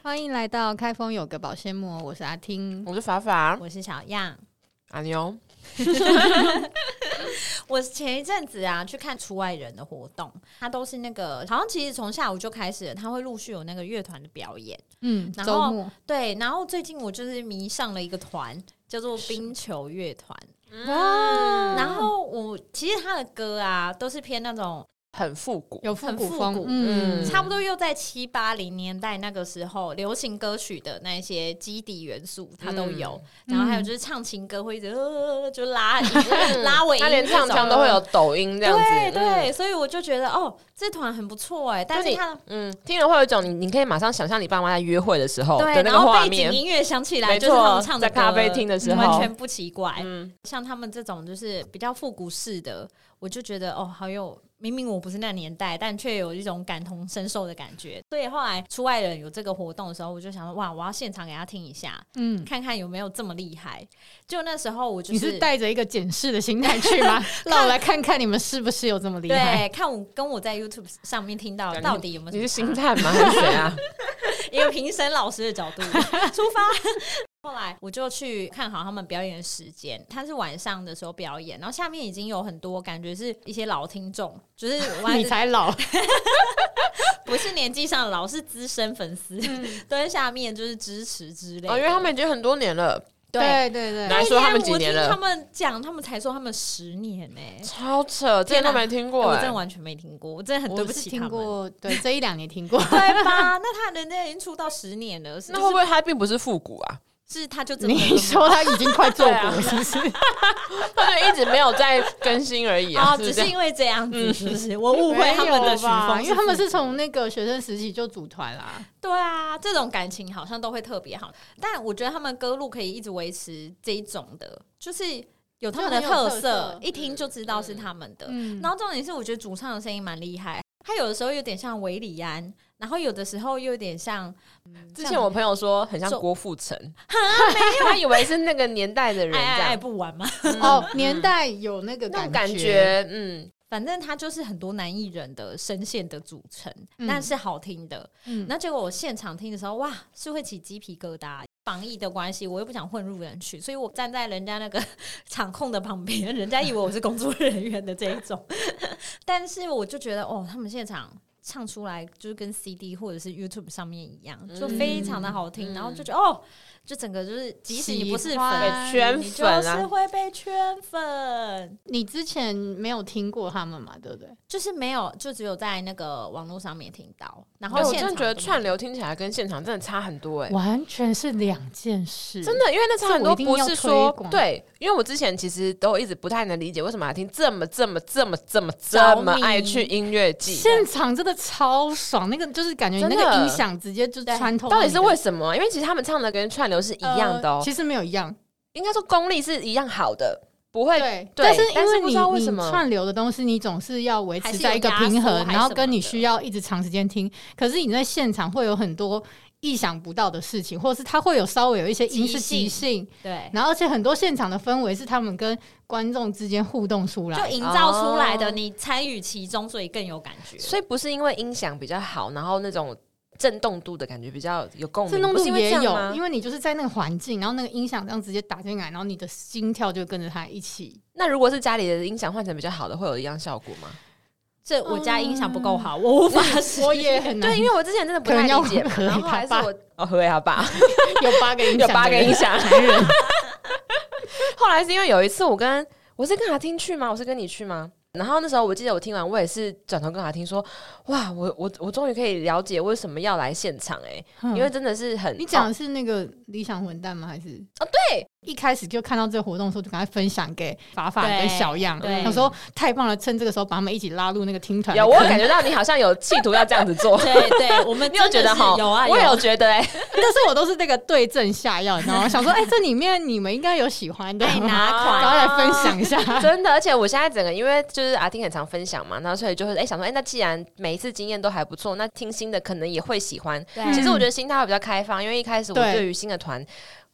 欢迎来到开封有个保鲜膜，我是阿听， 我是法法， 我是小样， 阿牛。 我前一阵子去看出外人的活动，他都是那个好像其实从下午就开始了，他会陆续有那个乐团的表演，然后周末对，然后最近我就是迷上了一个团，叫做冰球乐团，然后我其实他的歌都是偏那种很复古， 有复古风， 差不多又在7、80年代那个时候流行歌曲的那些基底元素，它都有。然后还有就是唱情歌会一直就拉尾音， 他连唱腔都会有抖音这样子。 对对，所以我就觉得这团很不错哎，但是他听了会有一种你可以马上想象你爸妈在约会的时候的那个画面， 然后背景音乐响起来就是他们唱的歌， 在咖啡厅的时候完全不奇怪。像他们这种就是比较复古式的，我就觉得好有。明明我不是那个年代，但却有一种感同身受的感觉。所以后来出外人有这个活动的时候，我就想说，哇，我要现场给他听一下，看看有没有这么厉害。就那时候我就是你是带着一个检视的心态去吗？让我来看看你们是不是有这么厉害？ 对，看我跟我在 YouTube 上面听到到底有没有什么。 你是星探吗？还是谁啊？ 一个评审老师的角度出发。后来我就去看好他们表演的时间，他是晚上的时候表演，然后下面已经有很多感觉是一些老听众，就是你才老， 不是年纪上的老，是资深粉丝，都在下面就是支持之类的。 因为他们已经很多年了。 对对对， 来说他们几年了？ 他们讲，他们才说他们10年超扯！之前都没听过我真的完全没听过，我真的很对不起他们。 听过，对，这1-2年听过， 对吧？那人家已经出道10年了， 那会不会他并不是复古啊？ 是他就你说他已经快做过了，是不是？ 他就一直没有在更新而已啊！ 只是因为这样子，是不是？我误会他们的曲风， 因为他们是从那个学生时期就组团啦。 对啊，这种感情好像都会特别好，但我觉得他们歌路可以一直维持这一种的，就是有他们的特色，一听就知道是他们的。然后重点是，我觉得主唱的声音蛮厉害，他有的时候有点像韦礼安。然后有的时候又有点像， 之前我朋友说很像郭富城， 没有， 他以为是那个年代的人， 爱不完吗？ 年代有那个感觉， 反正他就是很多男艺人的声线的组成，但是好听的。那结果我现场听的时候，哇，是会起鸡皮疙瘩。防疫的关系，我又不想混入人群，所以我站在人家那个场控的旁边，人家以为我是工作人员的这一种。但是我就觉得，他们现场唱出来就是跟 CD 或者是 YouTube 上面一样，就非常的好听，然后就觉得就整个就是即使你不是粉， 圈你就是会被圈粉。 你之前没有听过他们嘛？对不对？ 就是没有，就只有在那个网络上面听到。然后我真的觉得串流听起来跟现场真的差很多完全是2件事。 真的，因为那差很多，不是说对，因为我之前其实都一直不太能理解为什么听这么爱去音乐季， 现场真的超爽，那个就是感觉你那个音响直接就穿透。 到底是为什么？因为其实他们唱的跟串流是一样的其实没有一样， 应该说功力是一样好的。不会，对， 但是因为你串流的东西，你总是要维持在一个平衡，然后跟你需要一直长时间听。可是你在现场会有很多意想不到的事情，或者是它会有稍微有一些音是即兴， 对， 然后而且很多现场的氛围是他们跟观众之间互动出来， 就营造出来的，你参与其中，所以更有感觉。 所以不是因为音响比较好，然后那种震动度的感觉比较有共鸣， 震动度也有，因为你就是在那个环境，然后那个音响这样直接打进来，然后你的心跳就跟着它一起。 那如果是家里的音响换成比较好的，会有一样效果吗？ 这我家音响不够好，我无法使用， 我也很难。 对，因为我之前真的不太理解，然后还是我何伟他爸有8个音响， 有8个音响，男人。后来是因为有一次我是跟他听去吗？我是跟你去吗？然后那时候我记得我听完，我也是转头跟他听说，哇，我终于可以了解为什么要来现场因为真的是很。 你讲的是那个理想混蛋吗？还是对， 一开始就看到这个活动的时候，就赶快分享给法法跟小样， 对， 他说太棒了，趁这个时候把他们一起拉入那个听团。 有，我感觉到你好像有企图要这样子做。 对对，我们你有觉得有啊， 我也有觉得但是我都是那个对症下药，你知道吗？想说这里面你们应该有喜欢的， 哪款， 赶快来分享一下。 真的，而且我现在整个因为就是阿听很常分享嘛，然后所以就会想说，那既然每一次经验都还不错，那听新的可能也会喜欢。其实我觉得心态会比较开放，因为一开始我对于新的团。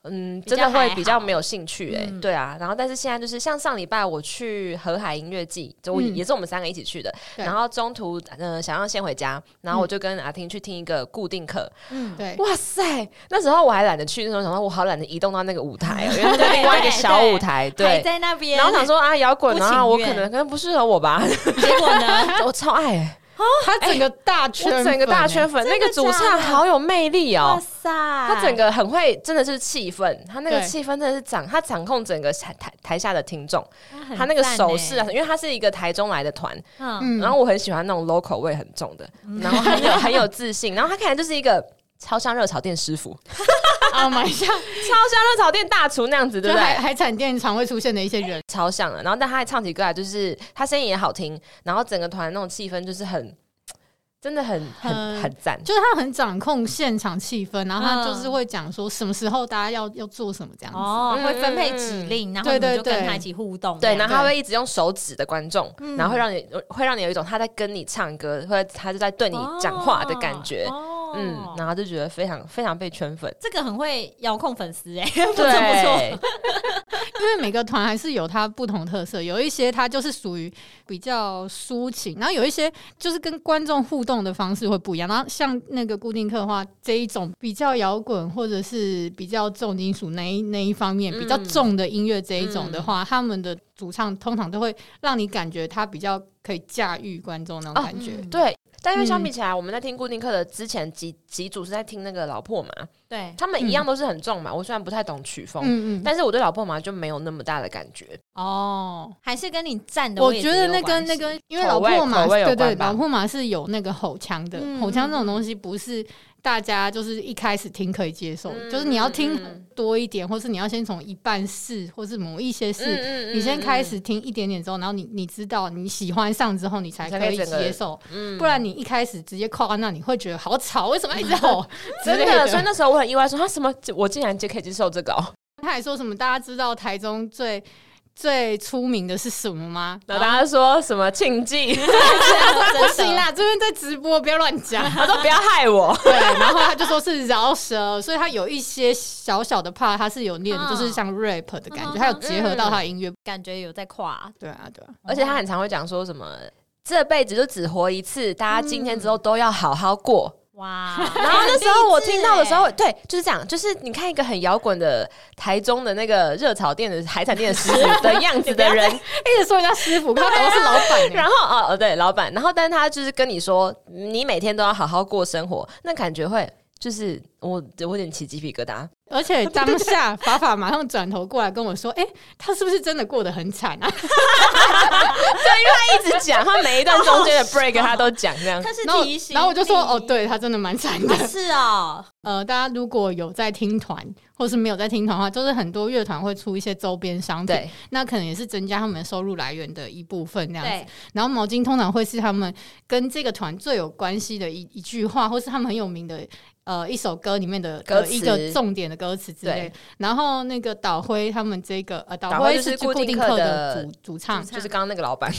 真的会比较没有兴趣对啊。然后但是现在就是像上礼拜我去河海音乐季，也是我们3个一起去的。然后中途想要先回家，然后我就跟阿婷去听一个固定课。对，哇塞，那时候我还懒得去，那时候想说我好懒得移动到那个舞台，因为它在另外一个小舞台，对， 还在那边。 然后想说啊，摇滚啊，我可能不适合我吧。 结果呢， 我超爱他整个大圈粉， 我整个大圈粉，那个主唱好有魅力哦！ 哇塞， 他整个很会，真的是气氛，他那个气氛真的是他掌控整个台下的听众，他那个手势啊，因为他是一个台中来的团，然后我很喜欢那种 local 味很重的，然后很有自信，然后他看起来就是一个超像热炒店师傅。 啊，蛮像， 超像热炒店大厨那样子，对不对？ 海产店常会出现的一些人， 超像的。然后，但他还唱起歌来，就是他声音也好听，然后整个团那种气氛就是真的很赞， 就是他很掌控现场气氛，然后他就是会讲说什么时候大家要做什么这样子， 会分配指令，然后你就跟他一起互动， 对，然后他会一直用手指的观众，然后会让你有一种他在跟你唱歌，或者他就在对你讲话的感觉。然后就觉得非常非常被圈粉， 这个很会遥控粉丝对， 不错。 因为每个团还是有它不同特色，有一些它就是属于比较抒情，然后有一些就是跟观众互动的方式会不一样。然后像那个固定课的话，这一种比较摇滚或者是比较重金属那一方面比较重的音乐这一种的话，他们的主唱通常都会让你感觉他比较可以驾驭观众那种感觉。 对。但因为相比起来，我们在听固定课的之前几组是在听那个老破麻， 对， 他们一样都是很重嘛。我虽然不太懂曲风，但是我对老破麻就没有那么大的感觉。 还是跟你站的我位置有关系。 觉得那个，因为老破麻对，老破麻是有那个吼腔的，吼腔这种东西不是大家就是一开始听可以接受，就是你要听多一点，或是你要先从一半试，或是某一些试，你先开始听一点点之后，然后你知道你喜欢上之后，你才可以接受，不然你一开始直接跨到那，你会觉得好吵，为什么要一直吼？ 真的，所以那时候我很意外，说他什么，我竟然就可以接受这个哦。 他还说什么？大家知道台中最出名的是什么吗？ 然后大家说什么庆忌？ 不行啦，这边在直播，不要乱讲。 他说不要害我。 对，然后他就说是饶舌，所以他有一些小小的 part， 他是有练，就是像 rap 的感觉，他有结合到他的音乐， 感觉有在跨。 对啊， 而且他很常会讲说什么这辈子就只活一次，大家今天之后都要好好过。 哇！ 然后那时候我听到的时候，对，就是这样，就是你看一个很摇滚的台中的那个热炒店的海产店的师傅的样子的人， 一直说人家师傅，他好像是老板。 然后对，老板，然后但是他就是跟你说，你每天都要好好过生活，那感觉会就是我有点起鸡皮疙瘩。 而且当下法马上转头过来跟我说：“他是不是真的过得很惨啊？”对， 因为他一直讲，他每一段中间的 break 他都讲这样。 他是提醒， 然后我就说：“哦，对他真的蛮惨的。” 是哦。 大家如果有在听团，或是没有在听团的话，就是很多乐团会出一些周边商品，那可能也是增加他们收入来源的一部分这样子。然后毛巾通常会是他们跟这个团最有关系的一句话，或是他们很有名的一首歌里面的一个重点的歌词之类。然后那个岛辉他们这个岛辉是固定课的主唱， 就是刚刚那个老板。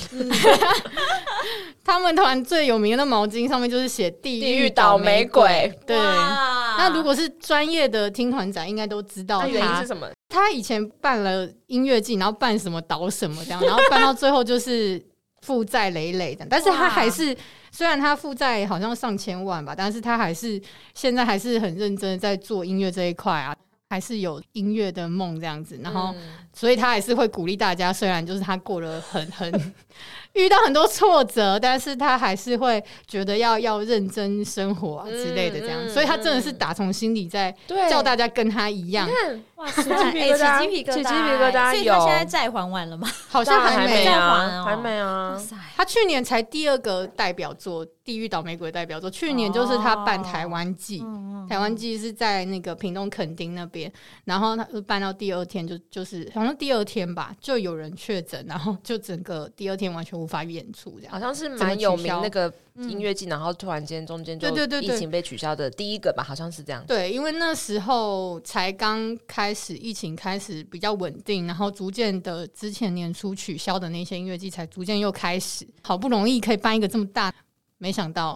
他们团最有名的毛巾上面就是写地狱倒霉鬼。 对，那如果是专业的听团仔应该都知道原因是什么。 他以前办了音乐季，然后办什么倒什么这样，然后办到最后就是负债累累的，但是他还是虽然他负债好像上千万吧，但是他现在还是很认真的在做音乐这一块啊，还是有音乐的梦这样子，然后所以他还是会鼓励大家，虽然就是他过了很遇到很多挫折，但是他还是会觉得要认真生活啊之类的这样，所以他真的是打从心里在叫大家跟他一样。 哇塞，起鸡皮疙瘩，所以他现在债还完了吗？ 好像还没啊， 还没啊。 他去年才第2个代表作《地狱倒霉鬼》代表作，去年就是他办台湾季，台湾季是在那个屏东垦丁那边，然后他办到第2天就是好像第2天吧，就有人确诊，然后就整个第2天完全无法演出，这样好像是蛮有名那个音乐季，然后突然间中间就疫情被取消的第一个吧，好像是这样。 对，因为那时候才刚开始疫情开始比较稳定，然后逐渐的之前年初取消的那些音乐季才逐渐又开始，好不容易可以办一个这么大，没想到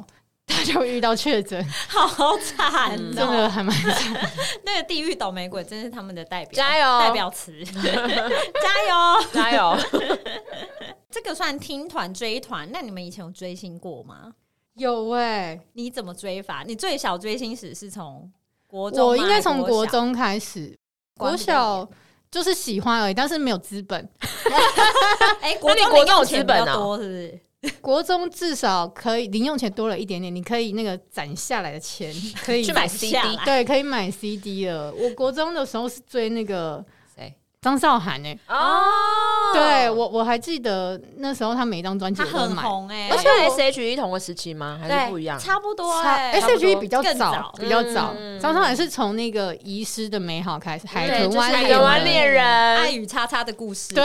他就遇到确诊， 好惨哦， 真的还蛮惨。 那个地狱倒霉鬼真是他们的代表， 加油代表词，加油加油！ 这个算听团追团，那你们以前有追星过吗？ 有你怎么追法？你最小追星史是从国中吗？ 我应该从国中开始， 国国小就是喜欢而已，但是没有资本。 国中国中有零用钱资本啊比较多是不是？ 国中至少可以零用钱多了一点点，你可以那个攒下来的钱可以去买下 CD， 来对，可以买 CD 了。我国中的时候是追那个谁？ 张韶涵哦， 对我还记得那时候他每一张专辑他很我都买。 红而且 S.H.E 同个时期吗？还是不一样？ 差不多 S.H.E 比较更早比较早。 嗯张韶涵是从那个遗失的美好开始，海对就是豚湾海豚湾恋人爱与叉叉的故事， 对，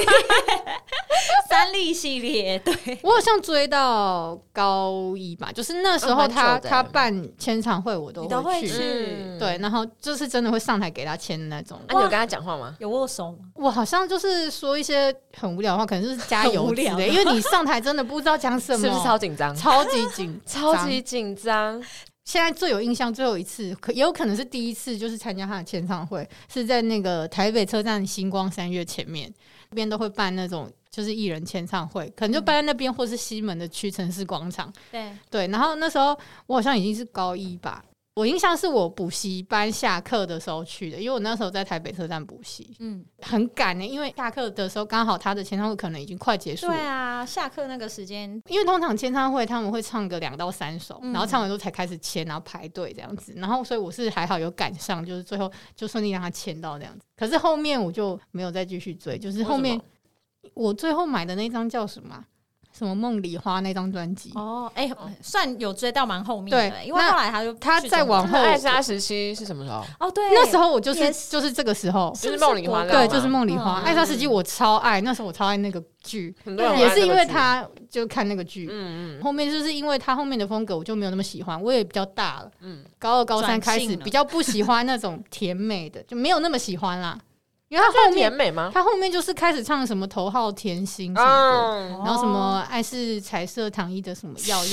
三立系列，对， 我好像追到高一吧，就是那时候蛮久的他办签唱会我都你都会去。 去， 对，然后就是真的会上台给他签的那种。 啊，你有跟他讲话吗？ 有握手吗？ 我好像就是说一些很无聊的话，可能就是加油之很无聊类，因为你上台真的不知道讲什么， 是不是超紧张？ 超级紧超级紧张。 现在最有印象最后一次，也有可能是第一次，就是参加他的签唱会，是在那个台北车站星光三月前面，那边都会办那种就是艺人签唱会，可能就办在那边，或是西门的屈臣氏广场。对，然后那时候我好像已经是高一吧。我印象是我补习班下课的时候去的，因为我那时候在台北车站补习，很赶呢、因为下课的时候刚好他的签唱会可能已经快结束了。 对啊，下课那个时间， 因为通常签唱会他们会唱个2到3首，然后唱完之后才开始签，然后排队这样子。然后所以我是还好有赶上，就是最后就顺利让他签到这样子。可是后面我就没有再继续追，就是后面我最后买的那张叫什么啊？什么梦里花那张专辑算有追到蛮后面的， 对因为后来他再往后， 艾莎时期是什么时候？ 哦，对， 那时候我就是这个时候， 就是梦里花， 对，就是梦里花。艾莎时期我超爱，那时候我超爱那个剧， 很多人也是因为他就看那个剧， 后面就是因为他后面的风格我就没有那么喜欢，我也比较大了，高2高3开始比较不喜欢那种甜美的，就没有那么喜欢啦。因为他后面甜美吗？ 他后面就是开始唱什么头号甜心什么的，然后什么爱是彩色糖衣的什么要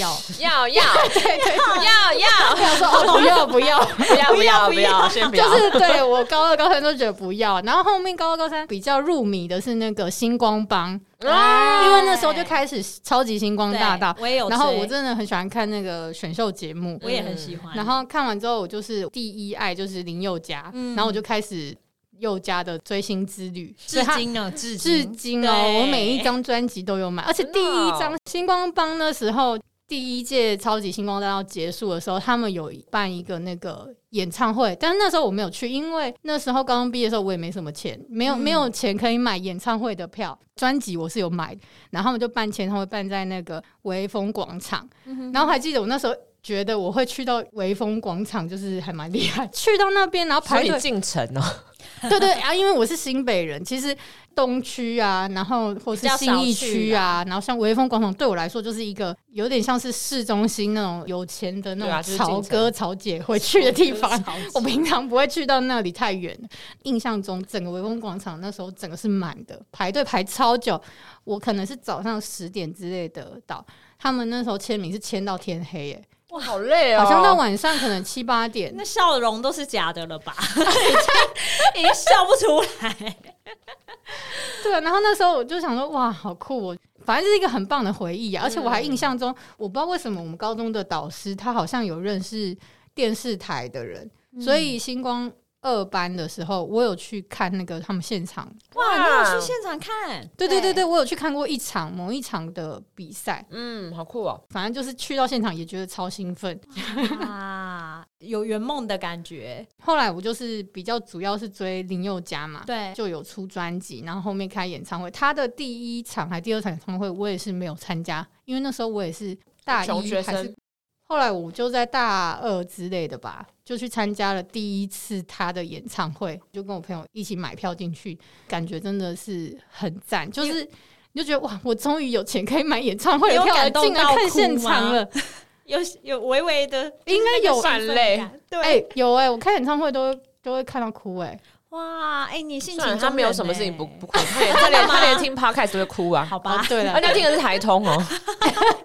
对，说哦不要， 先不要， 就是对我高2高3都觉得不要，然后后面高2高3比较入迷的是那个星光帮，因为那时候就开始超级星光大道， 我也有， 然后我真的很喜欢看那个选秀节目， 我也很喜欢， 然后看完之后我就是第一爱就是林宥嘉，然后我就开始宥嘉的追星之旅， 至今我每一张专辑都有买，而且第一张星光帮那时候第一届超级星光大道结束的时候，他们有办一个那个演唱会，但是那时候我没有去，因为那时候刚刚毕业的时候我也没什么钱，没有钱可以买演唱会的票，专辑我是有买的，然后他们就办签唱会办在那个微风广场，然后还记得我那时候觉得我会去到微风广场就是还蛮厉害，去到那边然后排队进城哦。 对啊，因为我是新北人，其实东区啊，然后或是信义区啊，然后像微风广场对我来说就是一个有点像是市中心那种有钱的那种潮哥潮姐会去的地方，我平常不会去到那里太远。印象中整个微风广场那时候整个是满的，排队排超久，我可能是早上10点之类的到，他们那时候签名是签到天黑耶。 哇，好累哦！ 好像到晚上可能7、8点， 那笑容都是假的了吧？已经笑不出来。 对，然后那时候我就想说，哇，好酷哦！反正是一个很棒的回忆啊。而且我还印象中，我不知道为什么我们高中的导师他好像有认识电视台的人，所以星光2班的时候，我有去看那个他们现场。 哇，你有去现场看？ 对，我有去看过某一场的比赛。 好酷哦！ 反正就是去到现场也觉得超兴奋啊，有圆梦的感觉。 后来我就是比较主要是追林宥嘉嘛， 对， 就有出专辑，然后后面开演唱会。他的第1场还第2场演唱会，我也是没有参加，因为那时候我也是大1还是。后来我就在大2之类的吧，就去参加了第1次他的演唱会，就跟我朋友一起买票进去，感觉真的是很赞，就是你就觉得哇，我终于有钱可以买演唱会的票了，竟然看现场了， 有微微的， 应该有泛泪， 对，有我看演唱会都会看到哭哇，你性情他没有什么事情不哭，他连听 podcast 都会哭啊， 好吧， 对了， 而且听的是台通哦。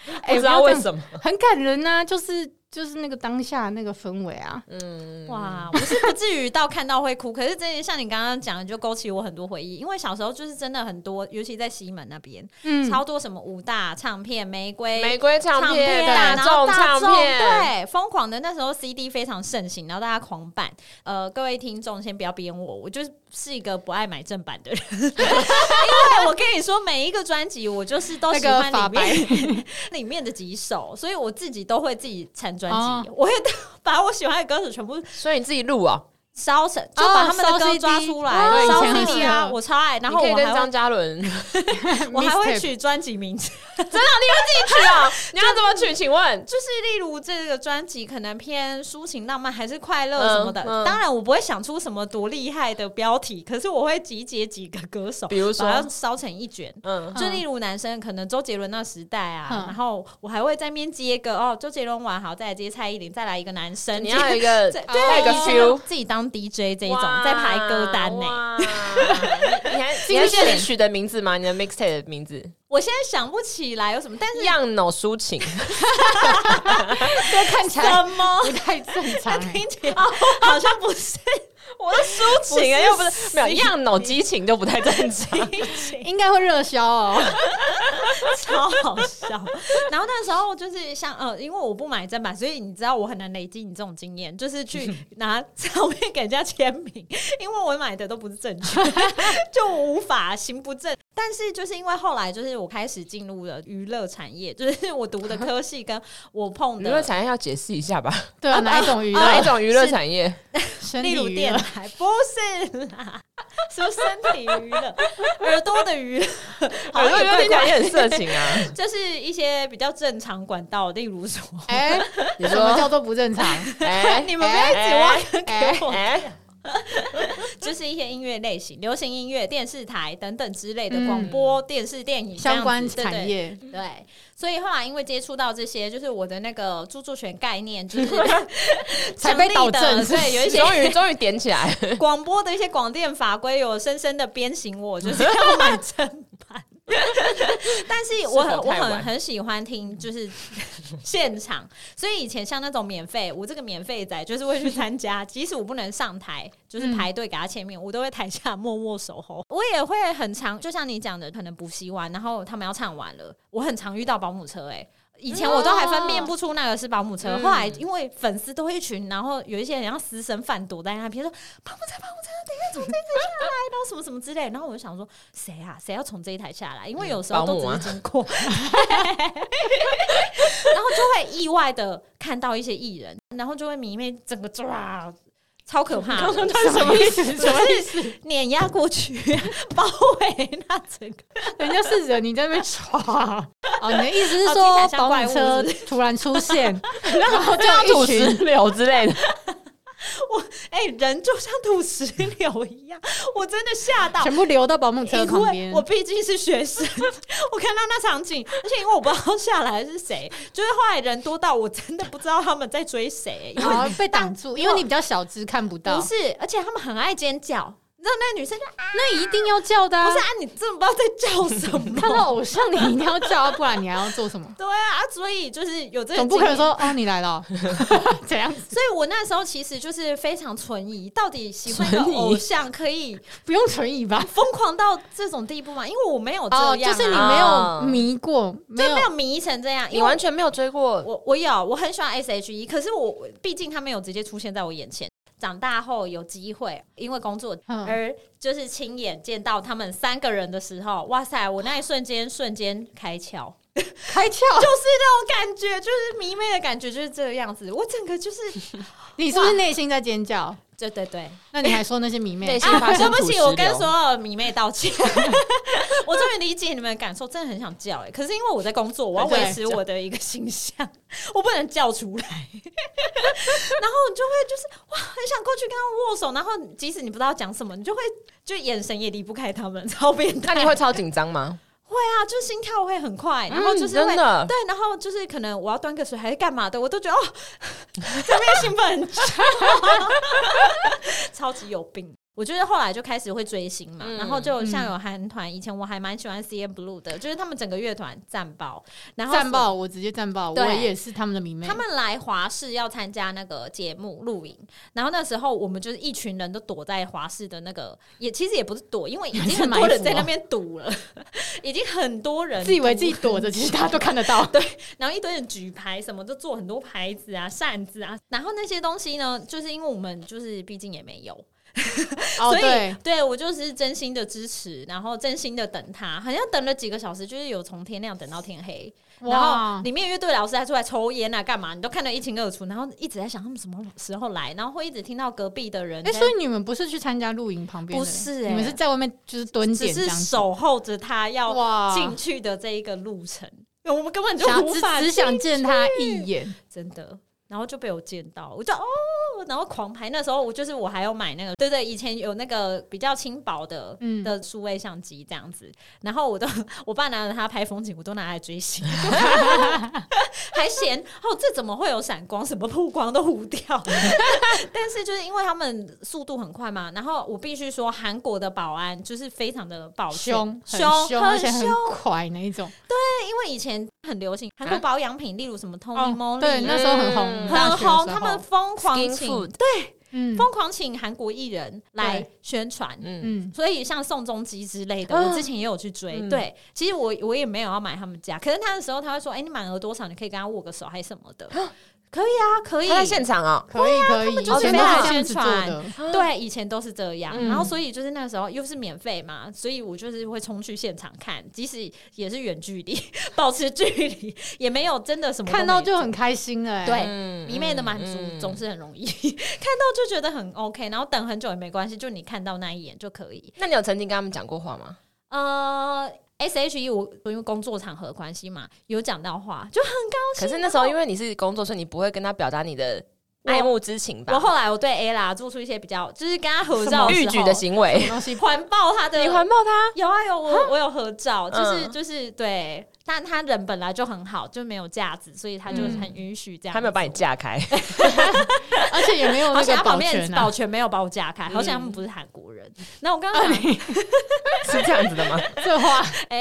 不知道为什么， 很感人啊，就是那个当下那个氛围啊。 哇，我是不至于到看到会哭，可是真的像你刚刚讲的，就勾起我很多回忆。因为小时候就是真的很多，尤其在西门那边，超多什么五大唱片、玫瑰唱片、 大众唱片， 对， 疯狂的那时候 CD 非常盛行，然后大家狂办。各位听众先不要编我就是一个不爱买正版的人，因为我跟你说，每一个专辑我就是都喜欢里面的几首，所以我自己都会自己产专辑，我会把我喜欢的歌手全部， 所以你自己录啊。 烧成就把他们的歌抓出来，烧 CD 啊，我超爱。然后我可以跟张嘉伦， 我还会取专辑名字， 真的，你会自己取啊？你要怎么取？请问， 就是例如这个专辑可能偏抒情、浪漫还是快乐什么的。当然，我不会想出什么多厉害的标题，可是我会集结几个歌手， 比如说把它烧成一卷。就例如男生可能周杰伦那时代啊，然后我还会在那边接个周杰伦完好，再来接蔡依林，再来一个男生， 你要有一个对一个 feel， 自己当 DJ 这一种在排歌单呢。 你还记得你取的名字吗？你的 mixtape 的名字？ 我现在想不起来有什么，但是样脑抒情， 这看起来什么不太正常， 听起来好像不是。 我的抒情又不是没有样脑激情就不太正常， 应该会热销哦， 超好笑。然后那时候就是像因为我不买正版，所以你知道我很难累积你这种经验，就是去拿照片给人家签名，因为我买的都不是正确，就无法行不正。但是就是因为后来就是我开始进入了娱乐产业，就是我读的科系跟我碰的娱乐产业要解释一下吧？ 对啊，哪一种娱乐？ 哪一种娱乐产业？ 例如电台，不是啦，什么身体娱乐、耳朵的娱乐， 耳朵听起来也很色情啊。 就是一些比较正常管道，例如说， 你什么叫做不正常？ 你们不要一直挖坑给我。就是一些音乐类型，流行音乐、电视台等等之类的广播、电视、电影相关产业。 对，所以后来因为接触到这些，就是我的那个著作权概念就是才被导正， 对，有一些终于点起来。 广播的一些广电法规有深深的鞭刑我，就是要买正版。但是我很喜欢听就是现场，所以以前像那种免费，我这个免费仔就是会去参加，即使我不能上台，就是排队给他签名，我都会台下默默守候。我也会很常，就像你讲的，可能补习完，然后他们要唱完了，我很常遇到保姆车。以前我都还分辨不出那个是保姆车，后来因为粉丝都一群，然后有一些人像私生饭躲在那边说保姆车，等一下从这一台下来，然后什么什么之类的，然后我就想说谁啊，谁要从这一台下来？因为有时候都只是经过，然后就会意外的看到一些艺人，然后就会迷妹整个抓。超可怕的！ 什么意思？什么意思？ 碾压过去，包围那整个， 人家是人，你在那边刷。你的意思是说保姆车突然出现，然后就要土石流之类的。 人就像土石流一样，我真的吓到， 全部流到保姆车旁边。 我毕竟是学生，我看到那场景，而且因为我不知道下来是谁，就是后来人多到我真的不知道他们在追谁，因为被挡住，因为你比较小只看不到。 不是，而且他们很爱尖叫。你知道那个女生就那一定要叫的。 不是你真的不知道在叫什么。 看到偶像你一定要叫，不然你还要做什么？ 对啊，所以就是有这个， 总不可能说你来了怎样子？ 所以我那时候其实就是非常存疑，到底喜欢的偶像可以不用存疑吧？ 疯狂到这种地步吗？因为我没有这样， 就是你没有迷过， 就没有迷成这样。 你完全没有追过？ 我很喜欢 S.H.E， 可是我毕竟他没有直接出现在我眼前。长大后有机会因为工作而就是亲眼见到他们3个人的时候，哇塞！我那一瞬间开窍， 开窍就是那种感觉，就是迷妹的感觉，就是这个样子。我整个就是， 你是不是内心在尖叫？ 对， 那你还说那些迷妹？ 内心发生对不起，我跟所有迷妹道歉。我终于理解你们的感受，真的很想叫可是因为我在工作，我要维持我的一个形象，我不能叫出来。然后你就会就是哇，很想过去跟他们握手，然后即使你不知道讲什么，你就会就眼神也离不开他们，超变态。 那你会超紧张吗？ 会啊，就心跳会很快，然后就是会真的对，然后就是可能我要端个水还是干嘛的，我都觉得这边兴奋很超级有病。 我觉得后来就开始会追星嘛，然后就像有韩团，以前我还蛮喜欢 CNBLUE 的，就是他们整个乐团战爆，然后战爆，我直接战爆，我也是他们的迷妹。 他们来华视要参加那个节目录影，然后那时候我们就是一群人都躲在华视的那个，其实也不是躲，因为已经很多人在那边堵了，已经很多人自以为自己躲着，其实大家都看得到。 对，然后一堆人举牌，什么都做很多牌子啊、扇子啊，然后那些东西呢，就是因为我们就是毕竟也没有。所以对我就是真心的支持，然后真心的等他，好像等了几个小时，就是有从天亮等到天黑，然后里面乐队老师还出来抽烟啊，干嘛你都看得一清二楚，然后一直在想他们什么时候来，然后会一直听到隔壁的人。 所以你们不是去参加录影旁边的？ 不是， 你们是在外面就是蹲点， 只是守候着他要进去的这一个路程，我们根本就无法只想见他一眼， 真的。然后就被我见到，我就然后狂拍。那时候我还有买那个，对，以前有那个比较轻薄的的数位相机这样子。然后我爸拿着它拍风景，我都拿来追星，还嫌这怎么会有闪光，什么曝光都糊掉。但是就是因为他们速度很快嘛，然后我必须说韩国的保安就是非常的保凶， 而且很快那一种。 对，因为以前很流行韩国保养品，例如什么 Tony Moly， 对，那时候很红。 很红，他们疯狂请疯狂请韩国艺人来宣传，所以像宋仲基之类的，我之前也有去追。对，其实我也没有要买他们家，可是他的时候他会说：“你满额多少，你可以跟他握个手，还是什么的。”可以啊，可以。 他在现场啊， 可以， 他们就是非常宣传，对，以前都是这样。然后所以就是那时候又是免费嘛，所以我就是会冲去现场看，即使也是远距离，保持距离，也没有真的什么看到就很开心了。 对，迷妹的满足总是很容易，看到就觉得很 OK， 然后等很久也没关系，就你看到那一眼就可以。 那你有曾经跟他们讲过话吗 ？SHE 我因为工作场合的关系嘛，有讲到话就很高兴。 可是那时候因为你是工作，所以你不会跟他表达你的爱慕之情吧？ 我后来我对 Ella 做出一些比较，就是跟他合照逾矩的行为， 环抱他的， 你环抱他？ 有啊有，我有合照，就是对，但他人本来就很好，就没有架子，所以他就很允许这样。 他没有把你架开， 而且也没有那个保全没有把我架开，好像他们不是韩国人。那我刚刚是这样子的吗？ 这话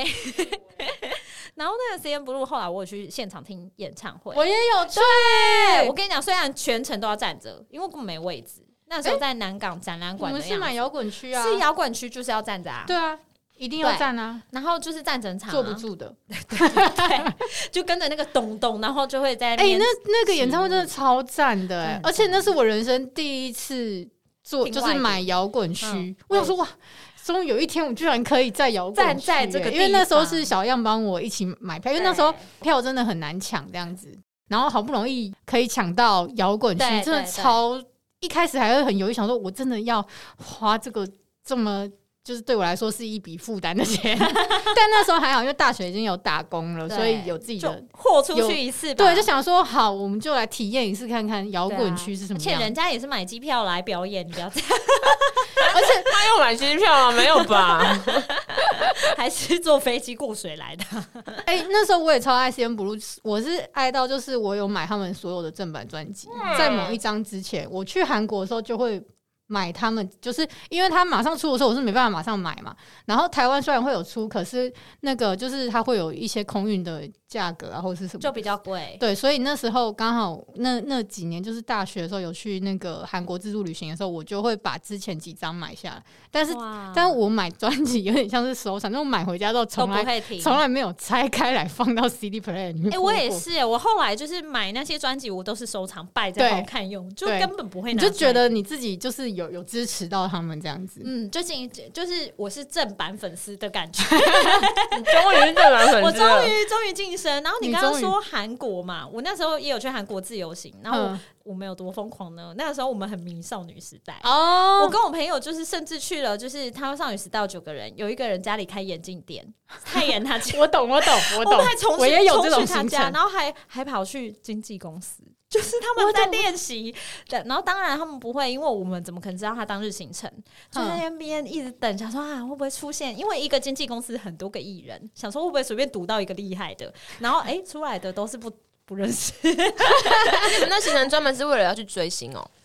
然后那个 CNBLUE 后来我有去现场听演唱会， 我也有去。 对，我跟你讲，虽然全程都要站着，因为根本没位置。那时候在南港展览馆的样子， 我们是买摇滚区啊， 是摇滚区就是要站着啊。 对啊，一定要站啊， 然后就是站整场， 坐不住的。 对，就跟着那个咚咚，然后就会在那个演唱会真的超赞的而且那是我人生第一次做，就是买摇滚区。我想说哇。终于有一天，我居然可以在摇滚站在这个地方， 因为那时候是小样帮我一起买票，因为那时候票真的很难抢这样子，然后好不容易可以抢到摇滚区，真的超一开始还会很犹豫，想说我真的要花这个这么就是对我来说是一笔负担的钱，但那时候还好，因为大学已经有打工了，所以有自己的豁出去一次吧。 对，就想说好，我们就来体验一次看看摇滚区是什么样。 而且人家也是买机票来表演，你不要这样。 而且他有买机票吗？没有吧？ 还是坐飞机过水来的？ 那时候我也超爱 CNBLUE， 我是爱到就是我有买他们所有的正版专辑，在某一张之前，我去韩国的时候就会买他们，就是因为他马上出的时候我是没办法马上买嘛，然后台湾虽然会有出，可是那个就是它会有一些空运的价格啊，或者是什么就比较贵。 对，所以那时候刚好那几年就是大学的时候有去那个韩国自助旅行的时候，我就会把之前几张买下来。但是我买专辑有点像是收藏，那我买回家之后从来没有拆开来放到 CD player 里面。 我也是，我后来就是买那些专辑，我都是收藏摆着好看用，就根本不会拿。 你就觉得你自己就是有支持到他们这样子。 就是我是正版粉丝的感觉。 你终于是正版粉丝了， 我终于晋升。然后你刚刚说韩国嘛，我那时候也有去韩国自由行，然后我们有多疯狂呢？那个时候我们很迷少女时代我跟我朋友就是甚至去了，就是他少女时代有9个人，有一个人家里开眼镜店，太严他家。 我懂，我们还我也有这种行程， 然后还跑去经纪公司。就是他们在练习，然后当然他们不会，因为我们怎么可能知道他当日行程？就在那边一直等，想说会不会出现？因为一个经纪公司很多个艺人，想说会不会随便赌到一个厉害的，然后出来的都是不认识。 那行程专门是为了要去追星哦？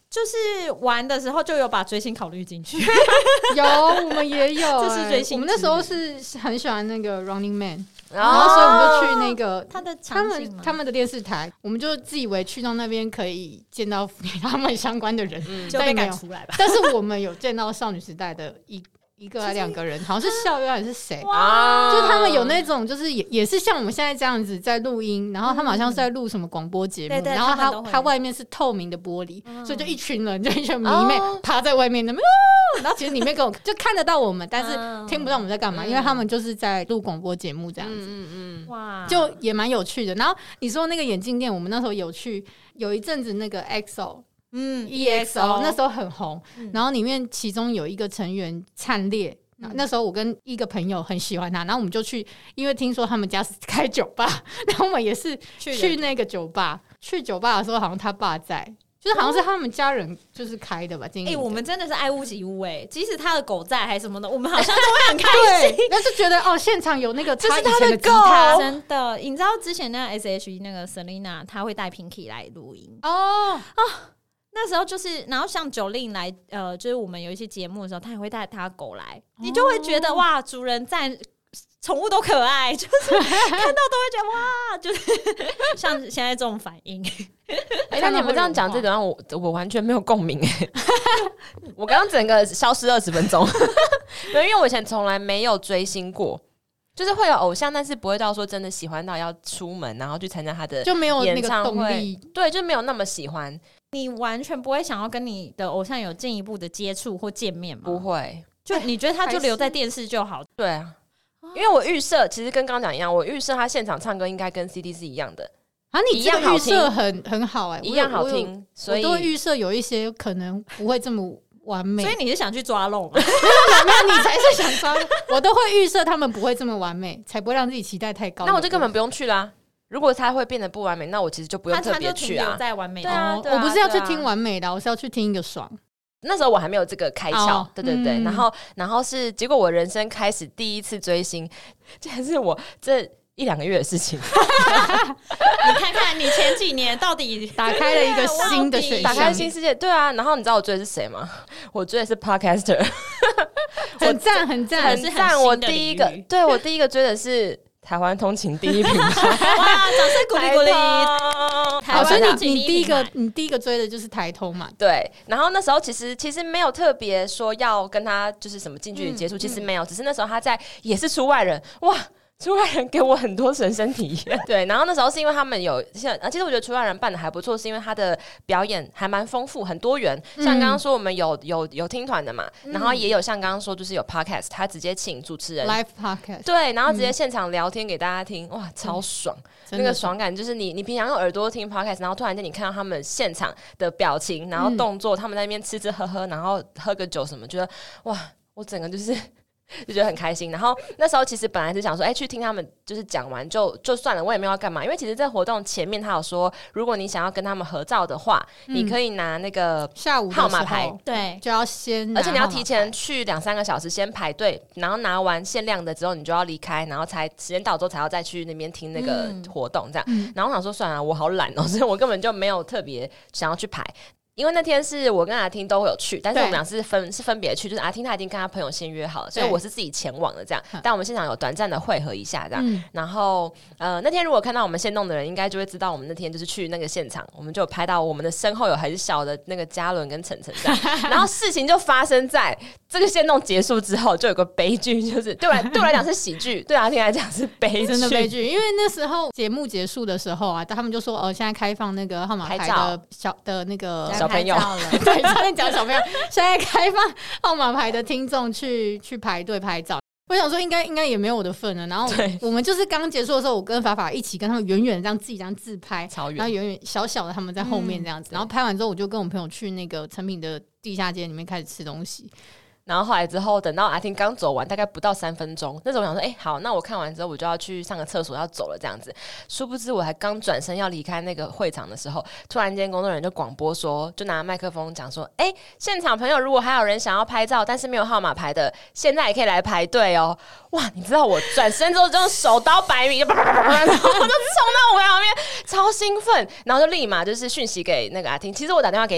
就是玩的时候就有把追星考虑进去。 有，我们也有、 这是追星我们那时候是很喜欢那个 Running Man， 然然后所以我们就去那个他的他场景吗们的电视台，我们就自以为去到那边可以见到他们相关的人， 就被但也没有赶出来吧。 但是我们有见到少女时代的一个还2个人，好像是校园还是谁， 啊就是他们有那种，就是也是像我们现在这样子在录音，然后他们好像是在录什么广播节目， 对对然后他们都会它外面是透明的玻璃，所以就一群人，就一群迷妹趴在外面那边，然后其实里面跟我就看得到我们，但是听不到我们在干嘛，因为他们就是在录广播节目这样子， 哇， 就也蛮有趣的。然后你说那个眼镜店，我们那时候有去，有一阵子那个 EXO 那时候很红，然后里面其中有一个成员灿烈。那时候我跟一个朋友很喜欢他，然后我们就去，因为听说他们家是开酒吧，然后我们也是去那个酒吧。去酒吧的时候，好像他爸在，就是好像是他们家人就是开的吧。 我们真的是爱屋及乌即使他的狗在还是什么的，我们好像都会很开心。 那就觉得现场有那个这是他以前的吉他他， 的真的。你知道之前那个 S.H.E 那个 Selina， 她会带 Pinky 来录音那时候就是，然后像Jolin来，就是我们有一些节目的时候，他也会带他的狗来，你就会觉得哇，主人在，宠物都可爱，就是看到都会觉得哇，就是像现在这种反应。 那你们这样讲这个，我完全没有共鸣我刚刚整个消失20分钟，因为我以前从来没有追星过。就是会有偶像，但是不会到说真的喜欢到要出门，然后去参加他的就没有那个动力， 对，就没有那么喜欢。 你完全不会想要跟你的偶像有进一步的接触或见面吗？ 不会， 就你觉得他就留在电视就好？ 对啊，因为我预设其实跟刚刚讲一样，我预设他现场唱歌应该跟 CD 是一样的啊，你这个预设很好一样好听，所以我都预设有一些可能不会这么完美， 所以你是想去抓漏吗？ 没有，你才是想抓漏。我都会预设他们不会这么完美，才不会让自己期待太高。 那我就根本不用去啦。如果他会变得不完美，那我其实就不用特别去啊。 在完美的， 我不是要去听完美的，我是要去听一个爽。 那时候我还没有这个开窍，对对对。然后是结果我人生开始第一次追星，竟然是我这1-2个月的事情。 你看看你前几年到底打开了一个新的选项， 打开新世界。对啊，然后你知道我追的是谁吗？我追的是 Podcaster， 很赞很赞很赞。 我第一个追的是台湾通勤第一品牌。 哇，掌声鼓励鼓励！台湾通勤第一品牌， 你第一个追的就是台通嘛？ 对。然后那时候其实没有特别说要跟他就是什么近距离接触，其实没有，只是那时候他在也是出外人，哇。出外人给我很多人生体验，对，然后那时候是因为他们有其实我觉得出外人办的还不错，是因为他的表演还蛮丰富，很多元。像刚刚说我们有听团的嘛，然后也有像刚刚说就是有 podcast， 他直接请主持人 live podcast， 对，然后直接现场聊天给大家听，哇，超爽！那个爽感就是你平常用耳朵听 podcast， 然后突然间你看到他们现场的表情，然后动作，他们在那边吃吃喝喝，然后喝个酒什么，觉得哇，我整个就觉得很开心。然后那时候其实本来是想说去听他们就是讲完就算了，我也没有要干嘛，因为其实这活动前面他有说，如果你想要跟他们合照的话，你可以拿那个下午号码牌， 对， 就要先拿， 而且你要提前去2-3个小时先排队，然后拿完限量的之后你就要离开，然后才时间到之后才要再去那边听那个活动这样。然后我想说算了，我好懒所以我根本就没有特别想要去排。因为那天是我跟阿听都会有去，但是我们俩是分别去，就是阿听他已经跟他朋友先约好了，所以我是自己前往的这样。但我们现场有短暂的会合一下这样。然后那天如果看到我们限动的人，应该就会知道我们那天就是去那个现场，我们就有拍到我们的身后有很小的那个嘉伦跟晨晨这样。然后事情就发生在这个限动结束之后，就有个悲剧，就是对我来讲是喜剧，对阿听来讲是悲剧， 真的悲剧。因为那时候节目结束的时候啊，他们就说现在开放那个号码牌的那个小朋友对，昨天讲小朋友，现在开放号码牌的听众去排队拍照。我想说应该也没有我的份了。然后我们就是刚结束的时候，我跟法法一起跟他们远远这样自己这样自拍， 超远， 然后远远小小的他们在后面这样子。然后拍完之后，我就跟我朋友去那个成品的地下街里面开始吃东西。 然后后来之后，等到阿听刚走完，大概不到3分钟，那时候我想说，好，那我看完之后我就要去上个厕所，要走了这样子。殊不知我还刚转身要离开那个会场的时候，突然间工作人员就广播说，就拿麦克风讲说，现场朋友如果还有人想要拍照，但是没有号码牌的，现在也可以来排队哦。哇，你知道我转身之后就用手刀100米，然后我就冲到舞台旁边，超兴奋，然后就立马就是讯息给那个阿听，其实我打电话给你。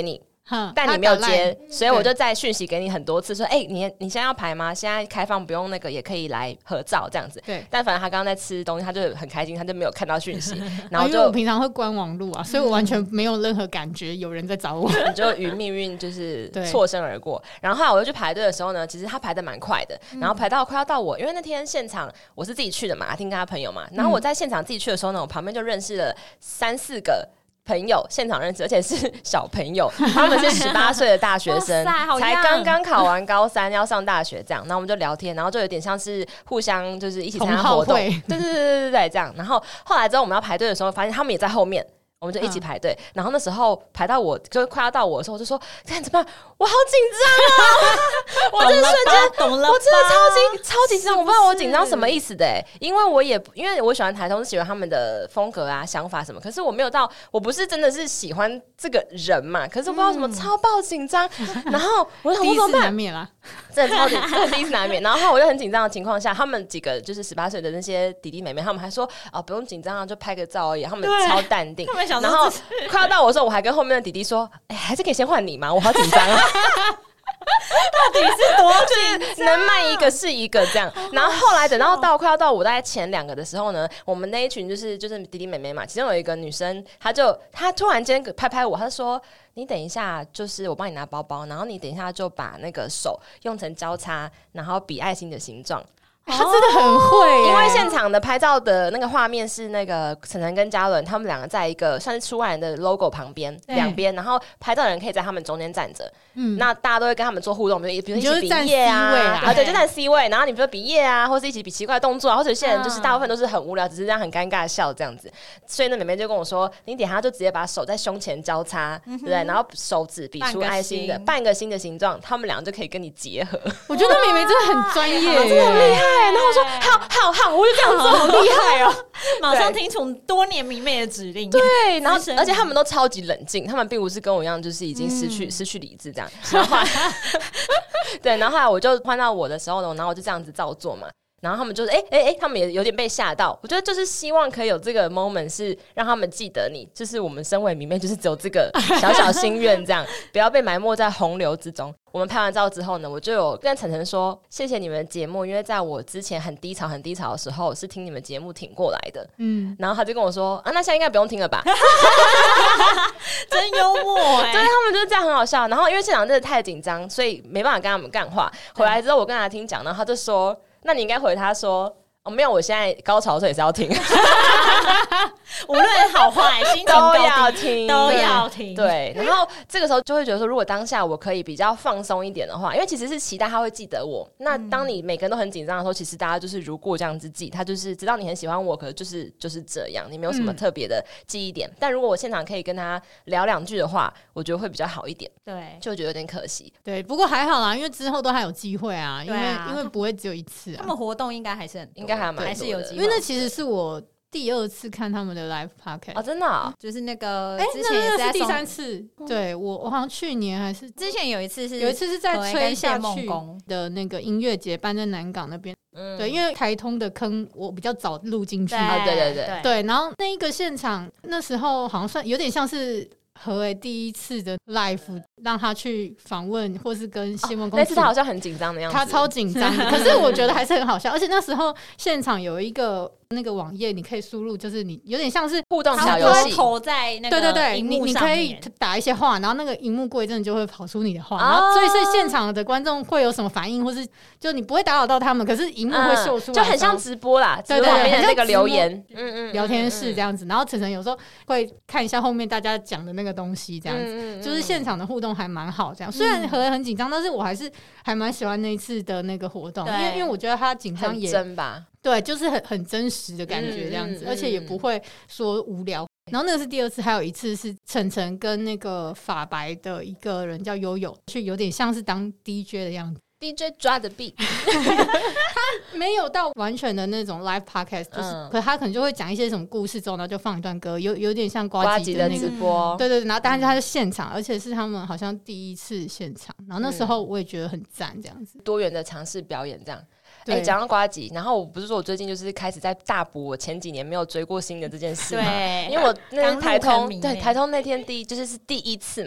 但你没有接，所以我就再讯息给你很多次说，你现在要排吗？现在开放不用那个也可以来合照这样子。 对， 但反正他刚刚在吃东西，他就很开心，他就没有看到讯息，然后因为我平常会关网路啊，所以我完全没有任何感觉有人在找我， 你就与命运就是错身而过。然后后来我就去排队的时候呢，其实他排的蛮快的，然后排到快要到我，因为那天现场我是自己去的嘛，阿听跟他朋友嘛，然后我在现场自己去的时候呢，我旁边就认识了3-4个朋友，现场认识，而且是小朋友，他们是18岁的大学生，才刚刚考完高3要上大学这样。然后我们就聊天，然后就有点像是互相就是一起参加活动，对这样。然后后来之后我们要排队的时候，发现他们也在后面。我们就一起排队，然后那时候排到我就快要到我的时候，我就说看怎么办，我好紧张啊！我这瞬间，我真的超级紧张，我不知道我紧张什么意思的因为我喜欢台通，是喜欢他们的风格啊、想法什么，可是我没有到，我不是真的是喜欢这个人嘛，可是我不知道什么超爆紧张，然后我想第一次难免啦， 真的超级第一次难免，然后我就很紧张的情况下，他们几个就是18岁的那些弟弟妹妹，他们还说不用紧张啊，就拍个照而已，他们超淡定。然后快要到我的时候，我还跟后面的弟弟说：“还是可以先换你吗？我好紧张啊！” 到底是多紧张？ 能慢一个是一个这样。然后后来等到快要到我大概前2个的时候呢，我们那一群就是弟弟妹妹嘛，其中有一个女生，她突然间拍我，她说：“你等一下，就是我帮你拿包包，然后你等一下就把那个手用成交叉，然后比爱心的形状。” 他真的很会因为现场的拍照的那个画面是那个晨晨跟嘉伦他们2个在一个算是出外人的 logo 旁边两边，然后拍照的人可以在他们中间站着，那大家都会跟他们做互动，比如一起比耶啊，对，就站 C 位，然后你比如说比耶啊，或是一起比奇怪的动作啊，或者有些人就是大部分都是很无聊，只是这样很尴尬的笑这样子。所以那妹妹就跟我说，你等一下就直接把手在胸前交叉，对不对？然后手指比出爱心的半个心的形状，他们2个就可以跟你结合。 我觉得妹妹真的很专业， 真的很厉害。然后我说好，我就这样做，好厉害哦！ 马上听从多年迷妹的指令。 对，然后而且他们都超级冷静，他们并不是跟我一样，就是已经失去理智这样。然后后来对，然后后来我就换到我的时候呢，然后我就这样子照做嘛。然后他们就是他们也有点被吓到。我觉得就是希望可以有这个 moment， 是让他们记得你，就是我们身为迷妹，就是只有这个小小心愿，这样不要被埋没在洪流之中。我们拍完照之后呢，我就有跟晨晨说，谢谢你们的节目，因为在我之前很低潮的时候，是听你们节目挺过来的。然后他就跟我说那现在应该不用听了吧？ 真幽默对， 他们就是这样很好笑。然后因为现场真的太紧张，所以没办法跟他们干话。回来之后我跟他听讲，然后他就说，那你应该回他说，没有，我现在高潮的时候也是要听， 无论好坏，心情都要听， 都要听。 对，然后这个时候就会觉得说，如果当下我可以比较放松一点的话，因为其实是期待他会记得我。那当你每个人都很紧张的时候，其实大家就是如过江之鲫，他就是知道你很喜欢我，可是就是这样，你没有什么特别的记忆点。但如果我现场可以跟他聊2句的话，我觉得会比较好一点。 对， 就觉得有点可惜。 对，不过还好啦，因为之后都还有机会啊，因为不会只有一次啊。 他们活动应该还是很多， 应该还是有机会， 因为那其实是我第2次看他们的 live podcast 真的就是那个之前也是第3次，对我好像去年还是之前有一次是在吹下去的那个音乐节办在南港那边，对，因为台通的坑我比较早录进去，对，然后那一个现场那时候好像算有点像是何为第1次的 live， 让他去访问或是跟谢梦公主， 那次他好像很紧张的样子， 他超紧张的，可是我觉得还是很好笑，而且那时候现场有一个那个网页，你可以输入，就是你有点像是互动小游戏， 投在那个荧幕上面， 你可以打一些话，然后那个荧幕过一阵就会跑出你的话，然后所以是现场的观众会有什么反应，或是就你不会打扰到他们，可是荧幕会秀出来， 就很像直播啦，对，很像那个留言， 聊天室这样子。然后晨晨有时候会看一下后面大家讲的那个东西，这样子，就是现场的互动还蛮好。这样虽然何为很紧张，但是我还蛮喜欢那一次的那个活动，因为我觉得他紧张也真吧。 对，就是很真实的感觉这样子，而且也不会说无聊。然后那个是第2次，还有一次是晨晨跟那个法白的一个人叫悠悠，去有点像是当 DJ 的样子。 DJ 抓的 beat， 他没有到完全的那种 live podcast， 就是，可他可能就会讲一些什么故事之后，然后就放一段歌，有点像呱吉的那个直播， 对，然后当然他是现场，而且是他们好像第1次现场，然后那时候我也觉得很赞，这样子多元的尝试表演这样。讲到呱吉，然后我不是说我最近就是开始在大补我前几年没有追过星的这件事嘛？因为我那台通那天就是第1次嘛，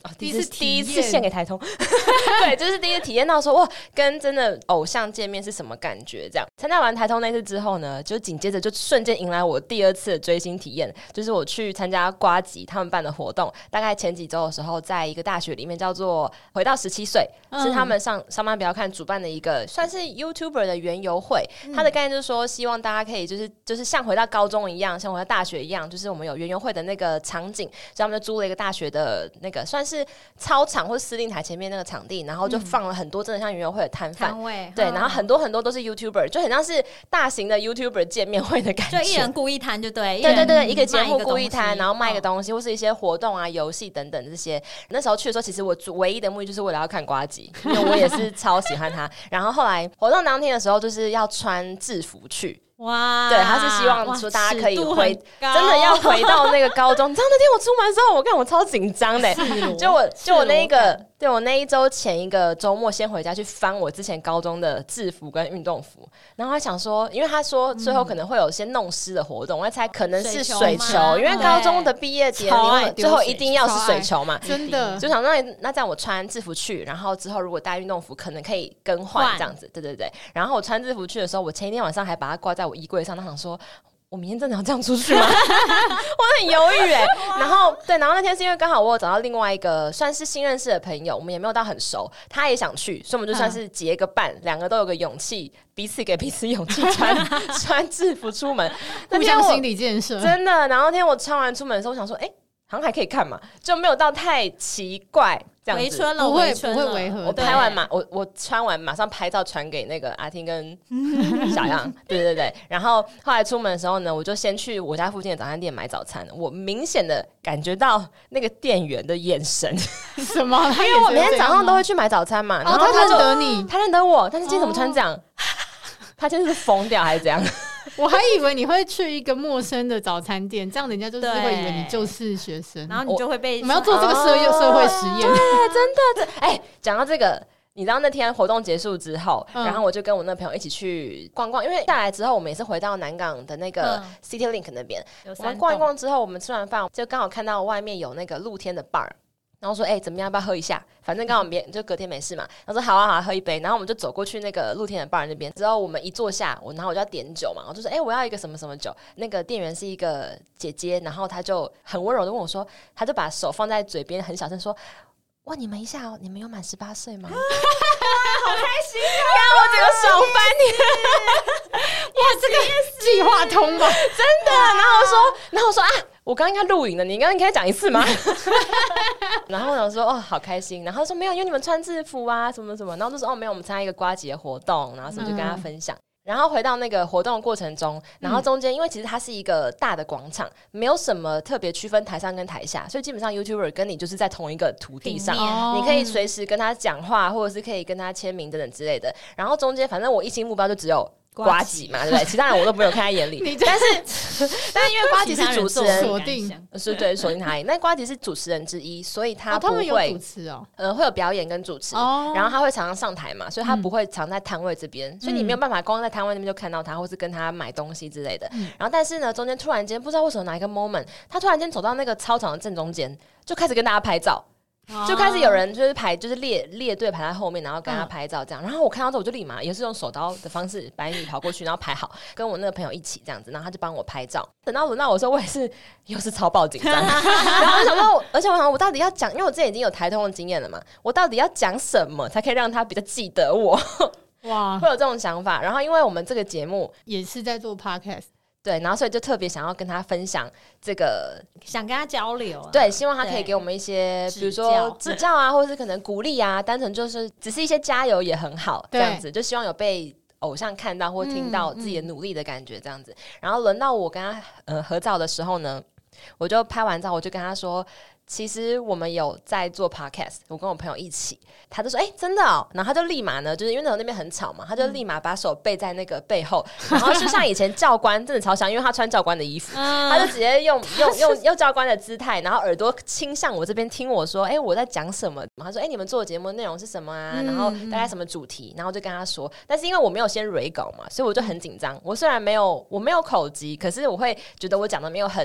第一次献给台通对，就是第一次体验到说哇，跟真的偶像见面是什么感觉这样。参加完台通那次之后呢，就紧接着就瞬间迎来我第二次的追星体验，就是我去参加呱吉他们办的活动，大概前几周的时候，在一个大学里面叫做回到17岁，是他们上班不要看主办的一个算是 YouTuber 的园游会，他的概念就是说希望大家可以就是像回到高中一样，像回到大学一样，就是我们有园游会的那个场景，所以他们就租了一个大学的那个算是操场或司令台前面那个场地，然后就放了很多真的像园游会的摊贩，对，然后很多很多都是 YouTuber， 就很像是大型的 YouTuber 见面会的感觉， 就一人雇一摊就对， 一个节目雇一摊，然后卖一个东西，或是一些活动啊、游戏等等这些。那时候去的时候，其实我唯一的目的就是为了要看呱吉，因为我也是超喜欢他。然后后来活动当天的时候，就是要穿制服去。 哇， 对，他是希望说大家可以真的要回到那个高中。你知道那天我出门的时候，我超紧张的，就我那一个，对我那一周前一个周末先回家去翻我之前高中的制服跟运动服，然后还想说，因为他说最后可能会有些弄湿的活动，我猜可能是水球，因为高中的毕业典礼最后一定要是水球嘛， 真的就想那这样我穿制服去，然后之后如果带运动服可能可以更换这样子，对。然后我穿制服去的时候，我前一天晚上还把它挂在我衣柜上，他想说我明天真的要这样出去吗？我很犹豫然后那天是因为刚好我有找到另外一个算是新认识的朋友，我们也没有到很熟，他也想去，所以我们就算是结个伴，两个都有个勇气，彼此给彼此勇气穿制服出门， 互相心理建设， 真的。然后那天我穿完出门的时候，我想说好像还可以看嘛，就没有到太奇怪这样子， 回春了， 不会违和。 我拍完我穿完马上拍照传给那个阿婷跟小样，对。然后后来出门的时候呢，我就先去我家附近的早餐店买早餐。我明显的感觉到那个店员的眼神， 什么？ 因为我每天早上都会去买早餐嘛，然后他认得你， 他认得我，但是今天怎么穿这样？他今天是疯掉还是怎样？ 我还以为你会去一个陌生的早餐店，这样人家就是会以为你就是学生， 然后你就会被我们要做这个社会实验。 对，真的。讲到这个，你知道那天活动结束之后，然后我就跟我那朋友一起去逛逛，因为下来之后我们也是回到南港的那个 City Link 那边，我们逛一逛之后，我们吃完饭就刚好看到外面有那个露天的 bar。然后说怎么样，要不要喝一下？反正刚好就隔天没事嘛。然后说好啊，喝一杯。然后我们就走过去那个露天的 bar 那边。之后我们一坐下，然后我就要点酒嘛。我就说我要一个什么什么酒。那个店员是一个姐姐，然后她就很温柔的问我说，她就把手放在嘴边，很小声说：“问你们一下哦，你们有满18岁吗？” 好开心看我整个爽翻你！ 哇，这个计划通吧， 真的。然后我说我刚刚应该录影了，你刚刚应该讲一次吗？然后我想说好开心。然后说没有，因为你们穿制服啊，什么什么。然后就说没有，我们参加一个呱吉的活动，然后什么就跟他分享。然后回到那个活动的过程中，然后中间因为其实它是一个大的广场，没有什么特别区分台上跟台下，所以基本上 YouTuber 跟你就是在同一个土地上，你可以随时跟他讲话，或者是可以跟他签名等等之类的。然后中间反正我一心目标就只有呱吉嘛，对不对？其他人我都不用看在眼里。但是因为呱吉是主持人， 锁定是对锁定他。那呱吉是主持人之一，所以他不会有主持会有表演跟主持，然后他会常常上台嘛，所以他不会常在摊位这边，所以你没有办法光在摊位那边就看到他，或是跟他买东西之类的。然后但是呢，中间突然间不知道为什么哪一个 moment， 他突然间走到那个操场的正中间，就开始跟大家拍照。就开始有人就是列队排在后面，然后跟他拍照这样。然后我看到之后，我就立马也是用手刀的方式100米跑过去，然后排好，跟我那个朋友一起这样子，然后他就帮我拍照。等到轮到我的时候，我又是超爆紧张。然后我想说，而且我想我到底要讲，因为我之前已经有台通的经验了嘛，我到底要讲什么才可以让他比较记得我？哇，会有这种想法。然后因为我们这个节目也是在做 podcast。 对，然后所以就特别想要跟他分享这个， 想跟他交流对，希望他可以给我们一些，比如说指教啊，或者是可能鼓励啊，单纯就是只是一些加油也很好，这样子，就希望有被偶像看到或听到自己的努力的感觉，这样子。然后轮到我跟他合照的时候呢，我就拍完照，我就跟他说，其实我们有在做 podcast， 我跟我朋友一起，他就说真的哦，然后他就立马呢，就是因为那边很吵嘛，他就立马把手背在那个背后，然后就像以前教官真的超像，因为他穿教官的衣服，他就直接用教官的姿态，然后耳朵倾向我这边听我说，我在讲什么？他说你们做的节目内容是什么啊？然后大概什么主题？然后就跟他说，但是因为我没有先蕊稿嘛，所以我就很紧张。我虽然我没有口疾，可是我会觉得我讲的没有很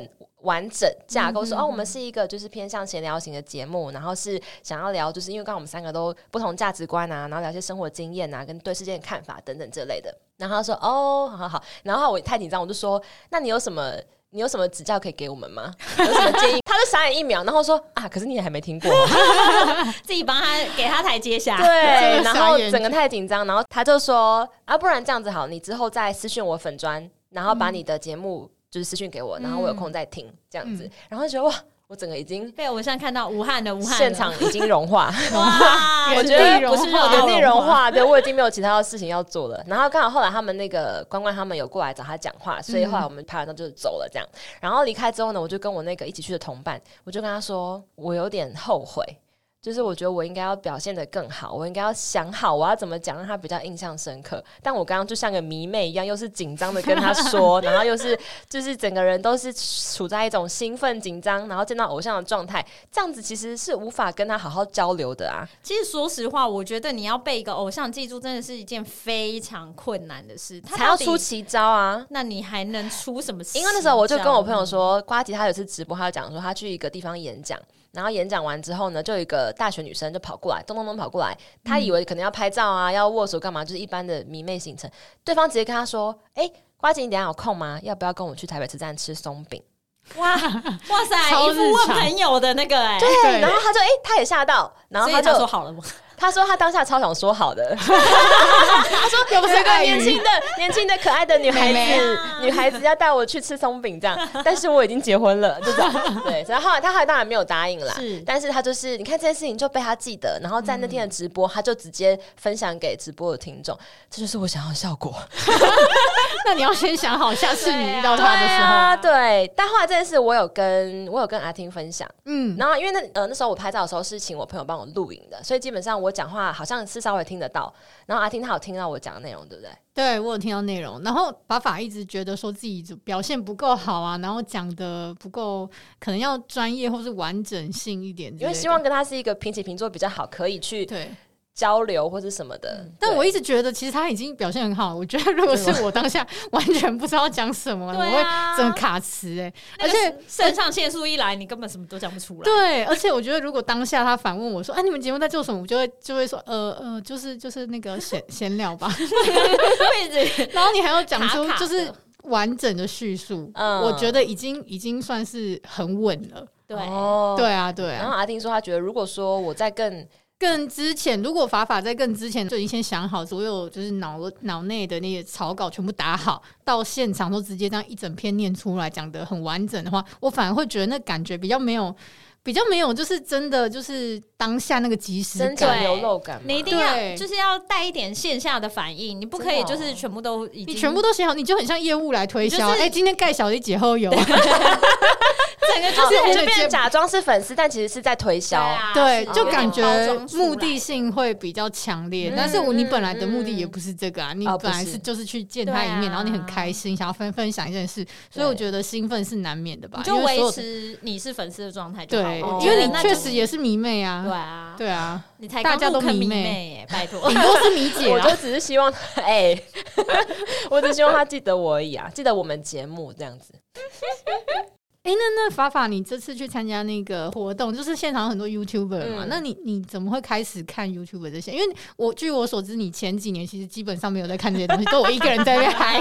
完整架构说，我们是一个就是偏向闲聊型的节目，然后是想要聊，就是因为刚刚我们3个都不同价值观啊，然后聊一些生活经验啊，跟对事件的看法等等之类的。然后他说好，然后我太紧张，我就说那你有什么指教可以给我们吗？有什么建议？他就傻眼1秒，然后说可是你也还没听过自己帮他给他台阶下。 对，然后整个太紧张，然后他就说不然这样子好，你之后再私讯我粉专，然后把你的节目就是私讯给我，然后我有空再听这样子。然后就觉得哇，我整个已经被偶像看到武汉现场已经融化哇， 我觉得不是原地融化，对，我已经没有其他的事情要做了。然后刚好后来他们那个关他们有过来找他讲话，所以后来我们拍完照就是走了这样。然后离开之后呢，我就跟我那个一起去的同伴，我就跟他说我有点后悔，就是我觉得我应该要表现得更好，我应该要想好我要怎么讲让他比较印象深刻。但我刚刚就像个迷妹一样，又是紧张的跟他说然后又是就是整个人都是处在一种兴奋紧张，然后见到偶像的状态，这样子其实是无法跟他好好交流的啊。 其实说实话，我觉得你要被一个偶像记住真的是一件非常困难的事， 才要出奇招啊。 那你还能出什么奇招？ 因为那时候我就跟我朋友说，呱吉他有次直播，他就讲说他去一个地方演讲，然后演讲完之后呢，就有一个大学女生就跑过来，咚咚咚跑过来，她以为可能要拍照啊，要握手干嘛，就是一般的迷妹行程。对方直接跟她说：“呱吉，你等一下有空吗？要不要跟我去台北车站吃松饼？” 哇塞，一副问朋友的那个对，然后他就他也吓到，然后他就说好了吗？ 他说他当下超想说好的，他说有一个年轻的可爱的女孩子要带我去吃松饼这样，但是我已经结婚了，就这样。对，然后他后来当然没有答应啦，但是他就是你看这件事情就被他记得，然后在那天的直播，他就直接分享给直播的听众，这就是我想要的效果。 那你要先想好，下次你遇到他的时候， 对。但后来这件事我有跟阿听分享，然后因为那时候我拍照的时候是请我朋友帮我录影的，所以基本上我讲话好像是稍微听得到，然后阿听他有听到我讲的内容，对不对？ 对，我有听到内容。然后法一直觉得说自己表现不够好啊，然后讲的不够，可能要专业或是完整性一点， 因为希望跟他是一个平起平坐比较好，可以去交流或者什么的。 但我一直觉得其实他已经表现很好，我觉得如果是我当下完全不知道讲什么，我会整个卡词而且肾上腺素一来，你根本什么都讲不出来。 对，而且我觉得如果当下他反问我说：“你们节目在做什么？”我就会说：“就是那个闲聊吧。”然后你还要讲出就是完整的叙述，我觉得已经算是很稳了。 对， 对啊。 然后阿丁说，他觉得如果说我在更之前，如果法在更之前就已经先想好所有就是脑内的那些草稿全部打好，到现场都直接这样一整篇念出来，讲得很完整的话，我反而会觉得那感觉比较没有，就是真的就是当下那个即时感、 真正流露感。 你一定要就是要带一点线下的反应，你不可以就是全部都已经你全部都写好，你就很像业务来推销。今天盖小的解后有， 整个就是就变成假装是粉丝，但其实是在推销。 对，就感觉目的性会比较强烈。但是你本来的目的也不是这个啊，你本来是就是去见他一面，然后你很开心，想要分享一件事，所以我觉得兴奋是难免的吧。 你就维持你是粉丝的状态就好。 对，因为你确实也是迷妹啊。对啊， 你才大家都迷妹，拜托， 你都是迷姐我就只是希望我只希望他记得我而已啊，记得我们节目这样子。 那法你这次去参加那个活动，就是现场很多 YouTuber 嘛，那你怎么会开始看 YouTuber 这些？因为据我所知，你前几年其实基本上没有在看这些东西，都我一个人在那边嗨。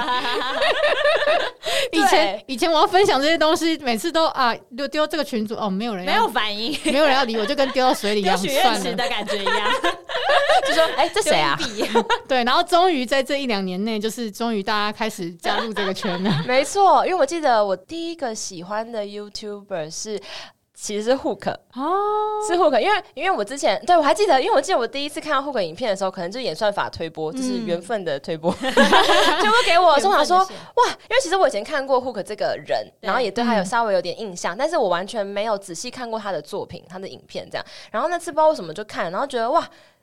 以前我要分享这些东西，每次都丢这个群组没有人没有反应， 没有人要理我，就跟丢到水里一样， 丢许愿池的感觉一样。 就说这谁啊？ 对，然后终于在这1-2年内，就是终于大家开始加入这个圈了。 没错，因为我记得我第一个喜欢的 YouTuber 其实是 Hook 是 Hook， 因为我之前我还记得，因为我记得我第一次看到 Hook 影片的时候，可能就是演算法推播，就是缘分的推播，就会给我说想说哇，因为其实我以前看过 Hook 这个人，然后也对他稍微有点印象，但是我完全没有仔细看过他的作品、他的影片这样。然后那次不知道为什么就看，然后觉得哇。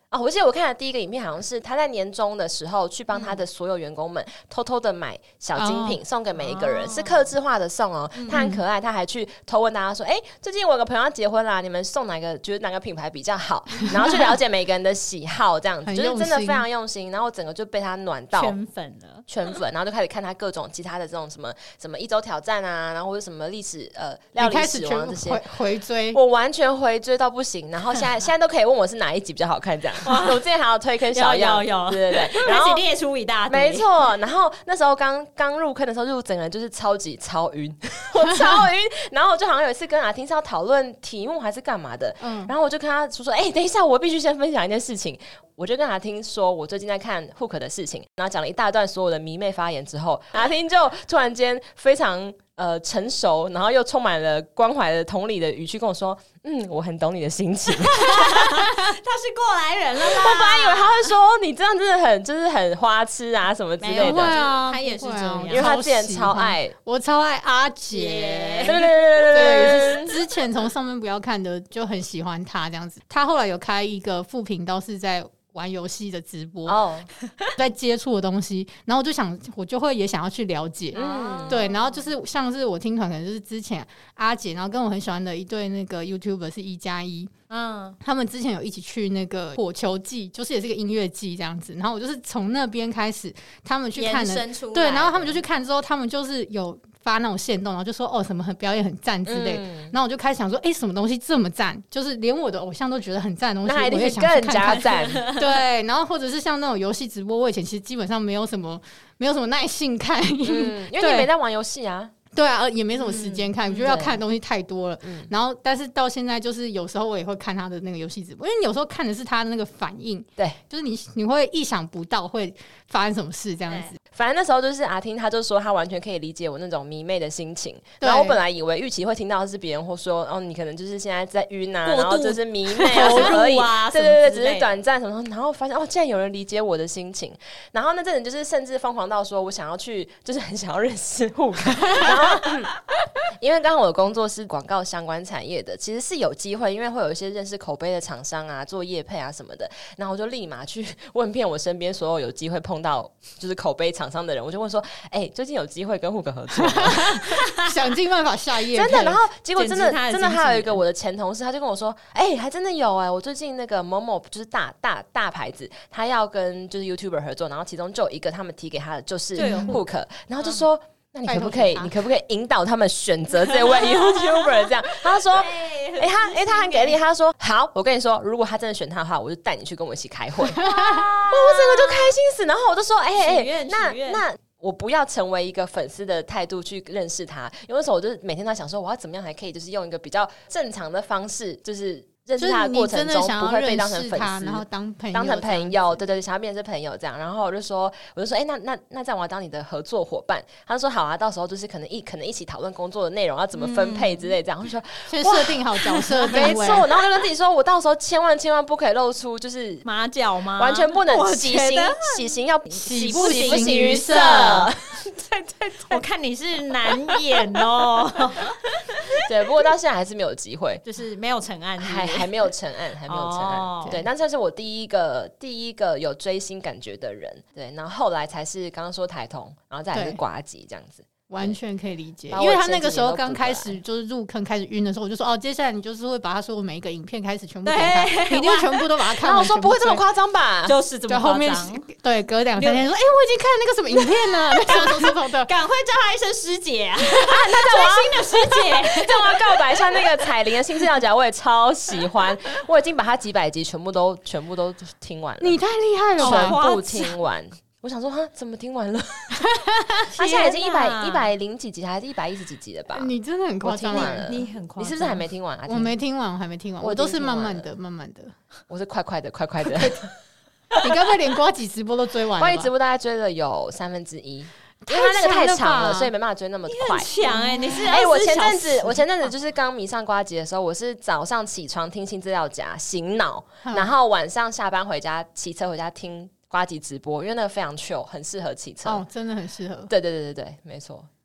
我记得我看的第一个影片好像是他在年终的时候去帮他的所有员工们偷偷的买小精品送给每一个人，是客制化的送哦，他很可爱，他还去偷问大家说最近我有个朋友要结婚啦，你们送觉得哪个品牌比较好，然后去了解每个人的喜好这样子，就是真的非常用心，然后整个就被他暖到圈粉，然后就开始看他各种其他的这种什么一周挑战啊，然后或者什么历史料理史王这些回追， 我完全回追到不行，然后现在都可以问我是哪一集比较好看这样。我之前还要推坑小样， 有对对对，然后列出一大堆， 没错。然后那时候刚入坑的时候，就整个人就是超晕，我超晕。然后我就好像有一次跟阿婷是要讨论题目还是干嘛的，然后我就跟他说，等一下，我必须先分享一件事情。我就跟阿婷说，我最近在看 Hook 的事情，然后讲了一大段所有的迷妹发言之后，阿婷就突然间非常成熟，然后又充满了关怀的同理的语气跟我说，我很懂你的心情。他是过来人了啦。 我本来以为他会说你这样真的就是很花痴啊什么之类的， 他也是这样， 因为他之前超爱我超爱阿杰， 对， 之前从上面不要看的就很喜欢他这样子。他后来有开一个副频道，是在玩游戏的直播，在接触的东西，然后我就会也想要去了解，对，然后就是像是我听团可能就是之前阿姐，然后跟我很喜欢的一对那个 YouTuber 是1+1，他们之前有一起去那个火球季，就是也是个音乐季这样子，然后我就是从那边开始，他们去看的，对，然后他们就去看之后，他们就是有发那种限动，然后就说什么表演很赞之类的，然后我就开始想说什么东西这么赞，就是连我的偶像都觉得很赞的东西，我也想去看看赞。对，然后或者是像那种游戏直播，我以前其实基本上没有什么耐性看， 因为你没在玩游戏啊。 对啊，也没什么时间看，我觉得要看的东西太多了。然后，但是到现在就是有时候我也会看他的那个游戏直播，因为你有时候看的是他的那个反应， 对， 就是你会意想不到会发生什么事这样子。 反正那时候就是阿婷，他就说他完全可以理解我那种迷妹的心情。然后我本来以为预期会听到的是别人会说你可能就是现在在晕啊，然后就是迷妹啊什么而已，对对对，只是短暂什么。然后发现竟然有人理解我的心情。然后那阵子就是甚至疯狂到说我想要去，就是很想要认识Hook。然后因为刚刚我的工作是广告相关产业的，其实是有机会，因为会有一些认识口碑的厂商啊，做业配啊什么的。然后我就立马去问遍我身边所有机会碰到就是口碑厂商的人，我就问说最近有机会跟Hook合作吗？ 想尽办法下业配， 真的。然后结果真的还有一个我的前同事，他就跟我说还真的有我最近那个某某就是大牌子，他要跟就是 YouTuber 合作，然后其中就有一个他们提给他的就是 Hook，然后就说那你可不可以引导他们选择这位 YouTuber 这样？他说他很给力，他说好，我跟你说，如果他真的选他的话，我就带你去跟我一起开会。我整个就开心死，然后我就说那我不要成为一个粉丝的态度去认识他，因为那时候我就每天都在想说我要怎么样才可以就是用一个比较正常的方式，就是认识他的过程中不会被当成粉丝， 然后当朋友，对对，想要变成朋友这样。然后我就说那这样我要当你的合作伙伴。他就说好啊，到时候就是可能一起讨论工作的内容要怎么分配之类这样。我就说先设定好角色定位， 没错。然后我就跟自己说，我到时候千万不可以露出就是马脚吗？ 完全不能喜形要喜不形于色。对对对， 我看你是难演哦。 对，不过到现在还是没有机会， 就是没有成案， 还没有成案，还没有成案。对，但这是我第一个有追星感觉的人。对，然后后来才是刚刚说台通，然后再来是呱吉这样子。 完全可以理解，因为他那个时候刚开始就是入坑开始晕的时候，我就说接下来你就是会把他说我每一个影片开始全部点开，你一定会全部都把它看完。 我说不会这么夸张吧？ 就是这么夸张。 后面对隔2-3天说我已经看了那个什么影片了， 赶快叫他一声师姐啊！ 那追星的师姐， 这我要告白，像那个彩铃的新资料夹，我也超喜欢，我已经把它几百集全部都听完了。 你太厉害了， 全部听完。我想说怎么听完了？他现在已经100几集还是110几集了吧？ 你真的很夸张， 你很夸张， 你是不是还没听完？ 我没听完，我还没听完，我都是慢慢的。 我是快快的。 你刚才连呱吉直播都追完了？ 呱吉直播大概追了有1/3，因为他那个太长了，所以没办法追那么快。 你很强你是我前阵子就是刚迷上呱吉的时候，我是早上起床听新资料夹醒脑，然后晚上下班回家骑车回家听呱吉直播，因为那个非常 chill， 很适合骑车。 真的很适合。 对，没错。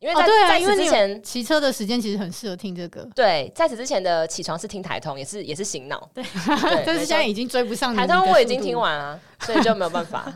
因为在此之前骑车的时间其实很适合听这个。 对，在此之前的起床是听台通，也是醒脑。对， 但是现在已经追不上你台通，我已经听完了，所以就没有办法。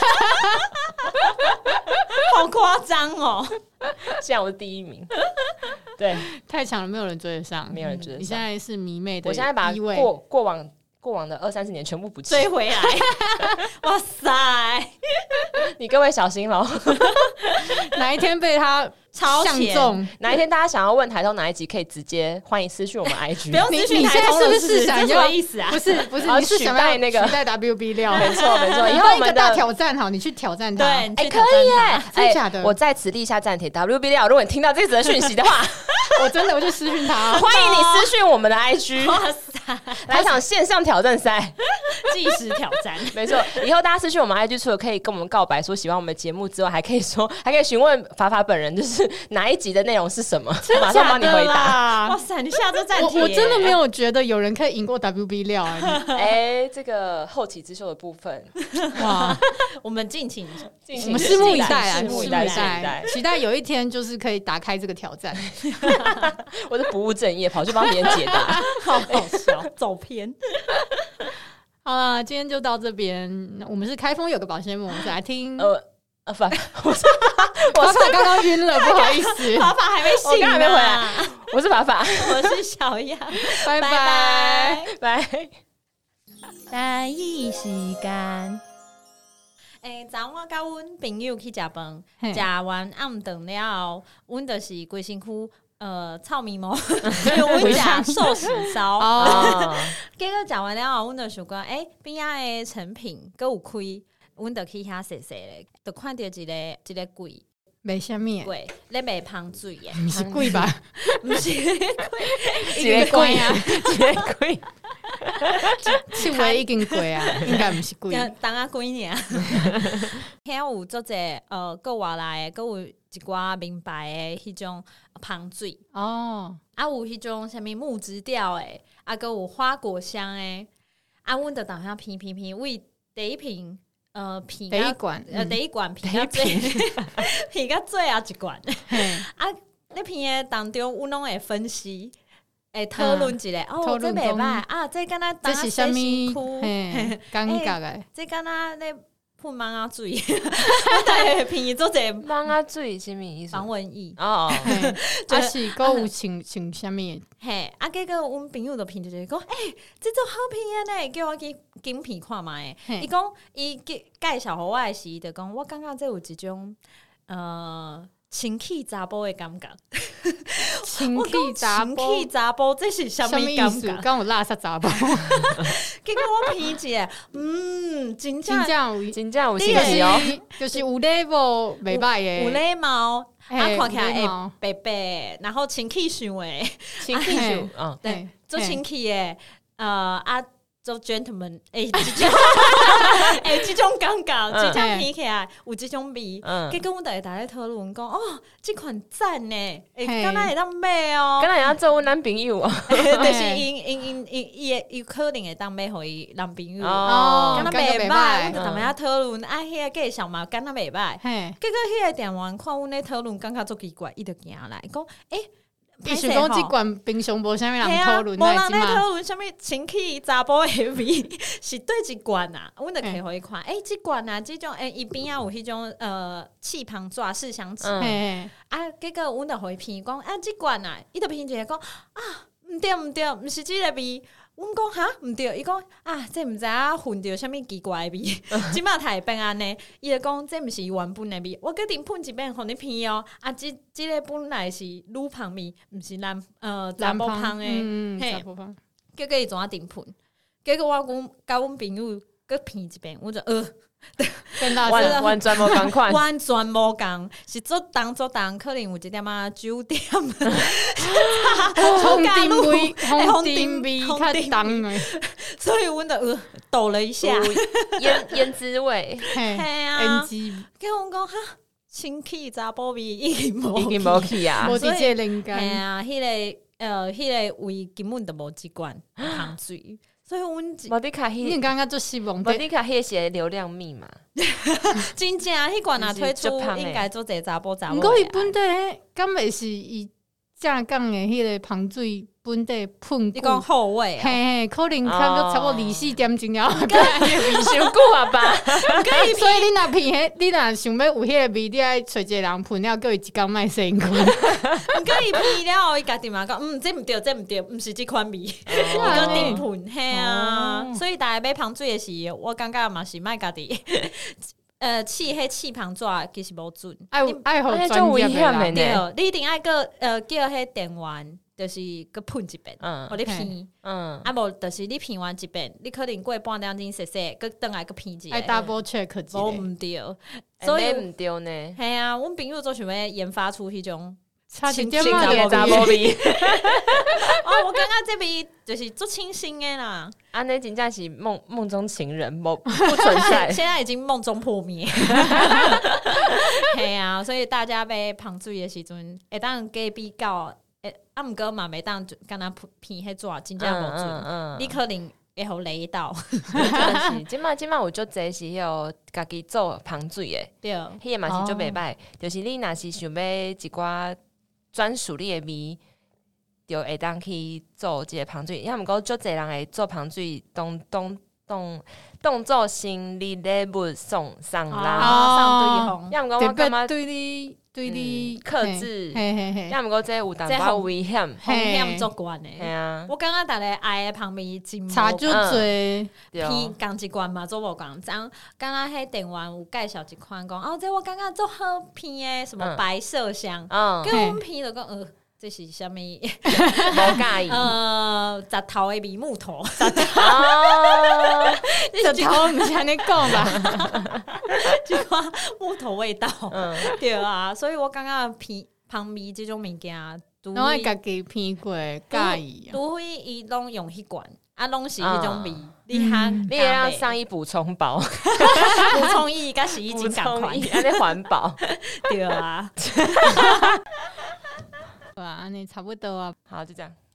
好夸张哦！ 现在我是第1名，对， 太强了，没有人追得上， 没有人追得上。 你现在是迷妹的， 我现在把过往的20-30年全部补齐追回来。哇塞！ 你各位小心喽， 哪一天被他超相中， 哪一天大家想要问台通哪一集，可以直接欢迎私讯我们 IG。 不用私讯台通了，是什么意思啊？ 不是，你是想要那个取代 WB 料？ 没错。 以后我们的大挑战，好，你去挑战他。 对， 可以耶， 真的假的？ 我在此立下暂停。WB 料，如果你听到这则讯息的话， 我就私讯他， 欢迎你私讯我们的 IG。 哇塞， 来场线上挑战赛， 计时挑战。 没错，以后大家私讯我们 IG，除了可以跟我们告白说喜欢我们的节目之外，还可以询问法法本人，就是哪一集的内容是什么，马上帮你回答。 哇塞，你下周暂停， 我真的没有觉得有人可以赢过 WB 料。 这个后起之秀的部分， 哇， 我们敬请我们拭目以待啊， 拭目以待， 期待有一天就是可以打开这个挑战。 我是不务正业，跑去帮别人解答， 好好笑，走偏。 好了，今天就到这边。我们是开封有个保鲜膜，我们来听。 我法刚刚晕了，不好意思， 法法还没醒， 我刚还没回来。我是法法， 我是小样， 拜拜拜。 大意时间。昨我甲阮朋友去食饭，食完暗顿了后，阮就是规身躯臭咪毛，阮食寿喜烧。结果食完了后，阮就想讲，边仔的成品佫有开，阮就去遐踅踅咧，就看到一个柜。 卖啥物？ 柜咧卖芳水诶， 不是贵吧？ 不是柜， 一个贵啊，一个贵， 是唯一间贵啊，应该不是贵， 当啊贵尔。遐有做者国外来的，佫有一寡名牌的迄种芳水哦， 有迄种啥物木质调的，佫有花果香的，阮就当遐品，为第一瓶。品第一罐， 第一罐品较最，品较最啊一罐。那瓶的当中，阮拢会分析，讨论一下。这袂歹这敢若这是啥物？感觉诶， 这敢若咧喷芒仔水，我会品做者芒仔水什么意思？ 防蚊液是购有请啥物？ 嘿，结果阮朋友就品就是讲，这种好品呢，叫我去金片看卖。伊讲伊介绍互我的时，就讲我感觉这有一种清气查甫的感觉。 清气查甫，这是啥物感觉？ 刚有垃圾查甫。 结果我品一下，真正有清气哦， 就是有礼貌，袂歹的， 有礼貌。看起来会白白，然后清气想诶， 清气想， 对，做清气诶，做 gentleman， 这种感觉，这种闻起来有这种味。结果阮大家讨论讲，这款赞呢，敢若会当买哦， 敢若会当做阮男朋友哦， 就是伊可能会当买互伊男朋友，敢若袂歹，阮就逐摆讨论，迄个介绍嘛，敢若袂歹。结果迄个店员看阮咧讨论，感觉足奇怪，伊就行来讲， 伊想讲即罐冰箱无啥物人讨论， 无人咧讨论啥物清气查甫的味是对一罐啊，阮就摕互伊看，即罐啊，即种伊边仔有迄种气泡纸试香纸，结果阮就互伊品讲，即罐啊，伊就品一个讲毋对，毋是即个味。阮讲哈毋对，伊讲这毋知影混着啥物奇怪的味，即摆才会变安尼。伊就讲这毋是原本的味，我决定喷一遍互你闻哦。即个本来是女芳味，毋是查甫芳的。结果伊怎啊定喷？结果我甲阮朋友佮闻一遍，我就完全无共款， 完全无共，是做重，可能有一点酒店， 红丁味较重诶， 所以阮就抖了一下， 胭脂味， 胭脂。 跟我讲哈，清气查甫味已经无去啊， 无伫这灵感。 迄个味根本就无即罐香水。 所以阮莫迪卡你刚刚就失望， 莫迪卡迄是流量密码， 真正迄款若推出就是很胖的应该做一个查甫查某的。 不过伊本地敢袂是伊正港的迄个芳水本地喷你讲后位啊？ 嘿嘿，可能差不多24点钟了， 味伤久啊吧？ 所以你若喷迄，你若想要有迄个味，你爱找一个人喷了，叫伊一工卖身躯。 毋过伊喷了后，伊家己嘛讲，这毋对，这毋对，毋是即款味，伊讲顶喷，嘿啊。所以大家买芳水的时候，我感觉嘛是卖家己。试迄试芳纸其实无准， 爱好专业的啦。 对，你一定爱个叫迄店员，就是个喷一遍，互你喷，啊无就是你喷完一遍，你可能过半点钟洗洗，佮倒来佮喷一下， 爱 double check 一下， 无毋对， 所以毋对呢。 系啊，阮朋友做想要研发出迄种。 差一点嘛就查某味， 我感觉这边就是做清新的啦。 安尼真正是梦中情人，不存在。 现在已经梦中破灭。嘿啊，所以大家买芳水的时阵，会当加比较，啊，毋过嘛，袂当敢若偏迄纸，真正无准。你可能会互雷到。 即摆有足侪是迄家己做芳水的， 对， 迄个嘛是足袂歹。就是你若是想要一寡专属你的味，就会当去做一个芳水。要毋过足侪人会做芳水，当做生日礼物送人。 送对方。 要毋过我感觉对你克制， 嘿， 要毋过这有淡薄危险， 风险足悬的。 系啊， 我感觉逐个爱的旁边真差就多， 偏共一罐嘛，做无共。刚刚迄店员有介绍一款讲，这我感觉足好偏的，什么白麝香，跟阮偏就讲，这是啥物？ 无介意。 石头的味木头， 石头毋是安尼讲吧？ 这款木头味道，对啊，所以我感觉偏芳味这种物件， 拢爱家己偏过介意。 除非伊拢用迄罐，拢是迄种味，你会让上衣补充包， 补充液甲洗衣精共款， 安尼环保， 对啊。 对啊，安尼差不多啊。 好，就这样。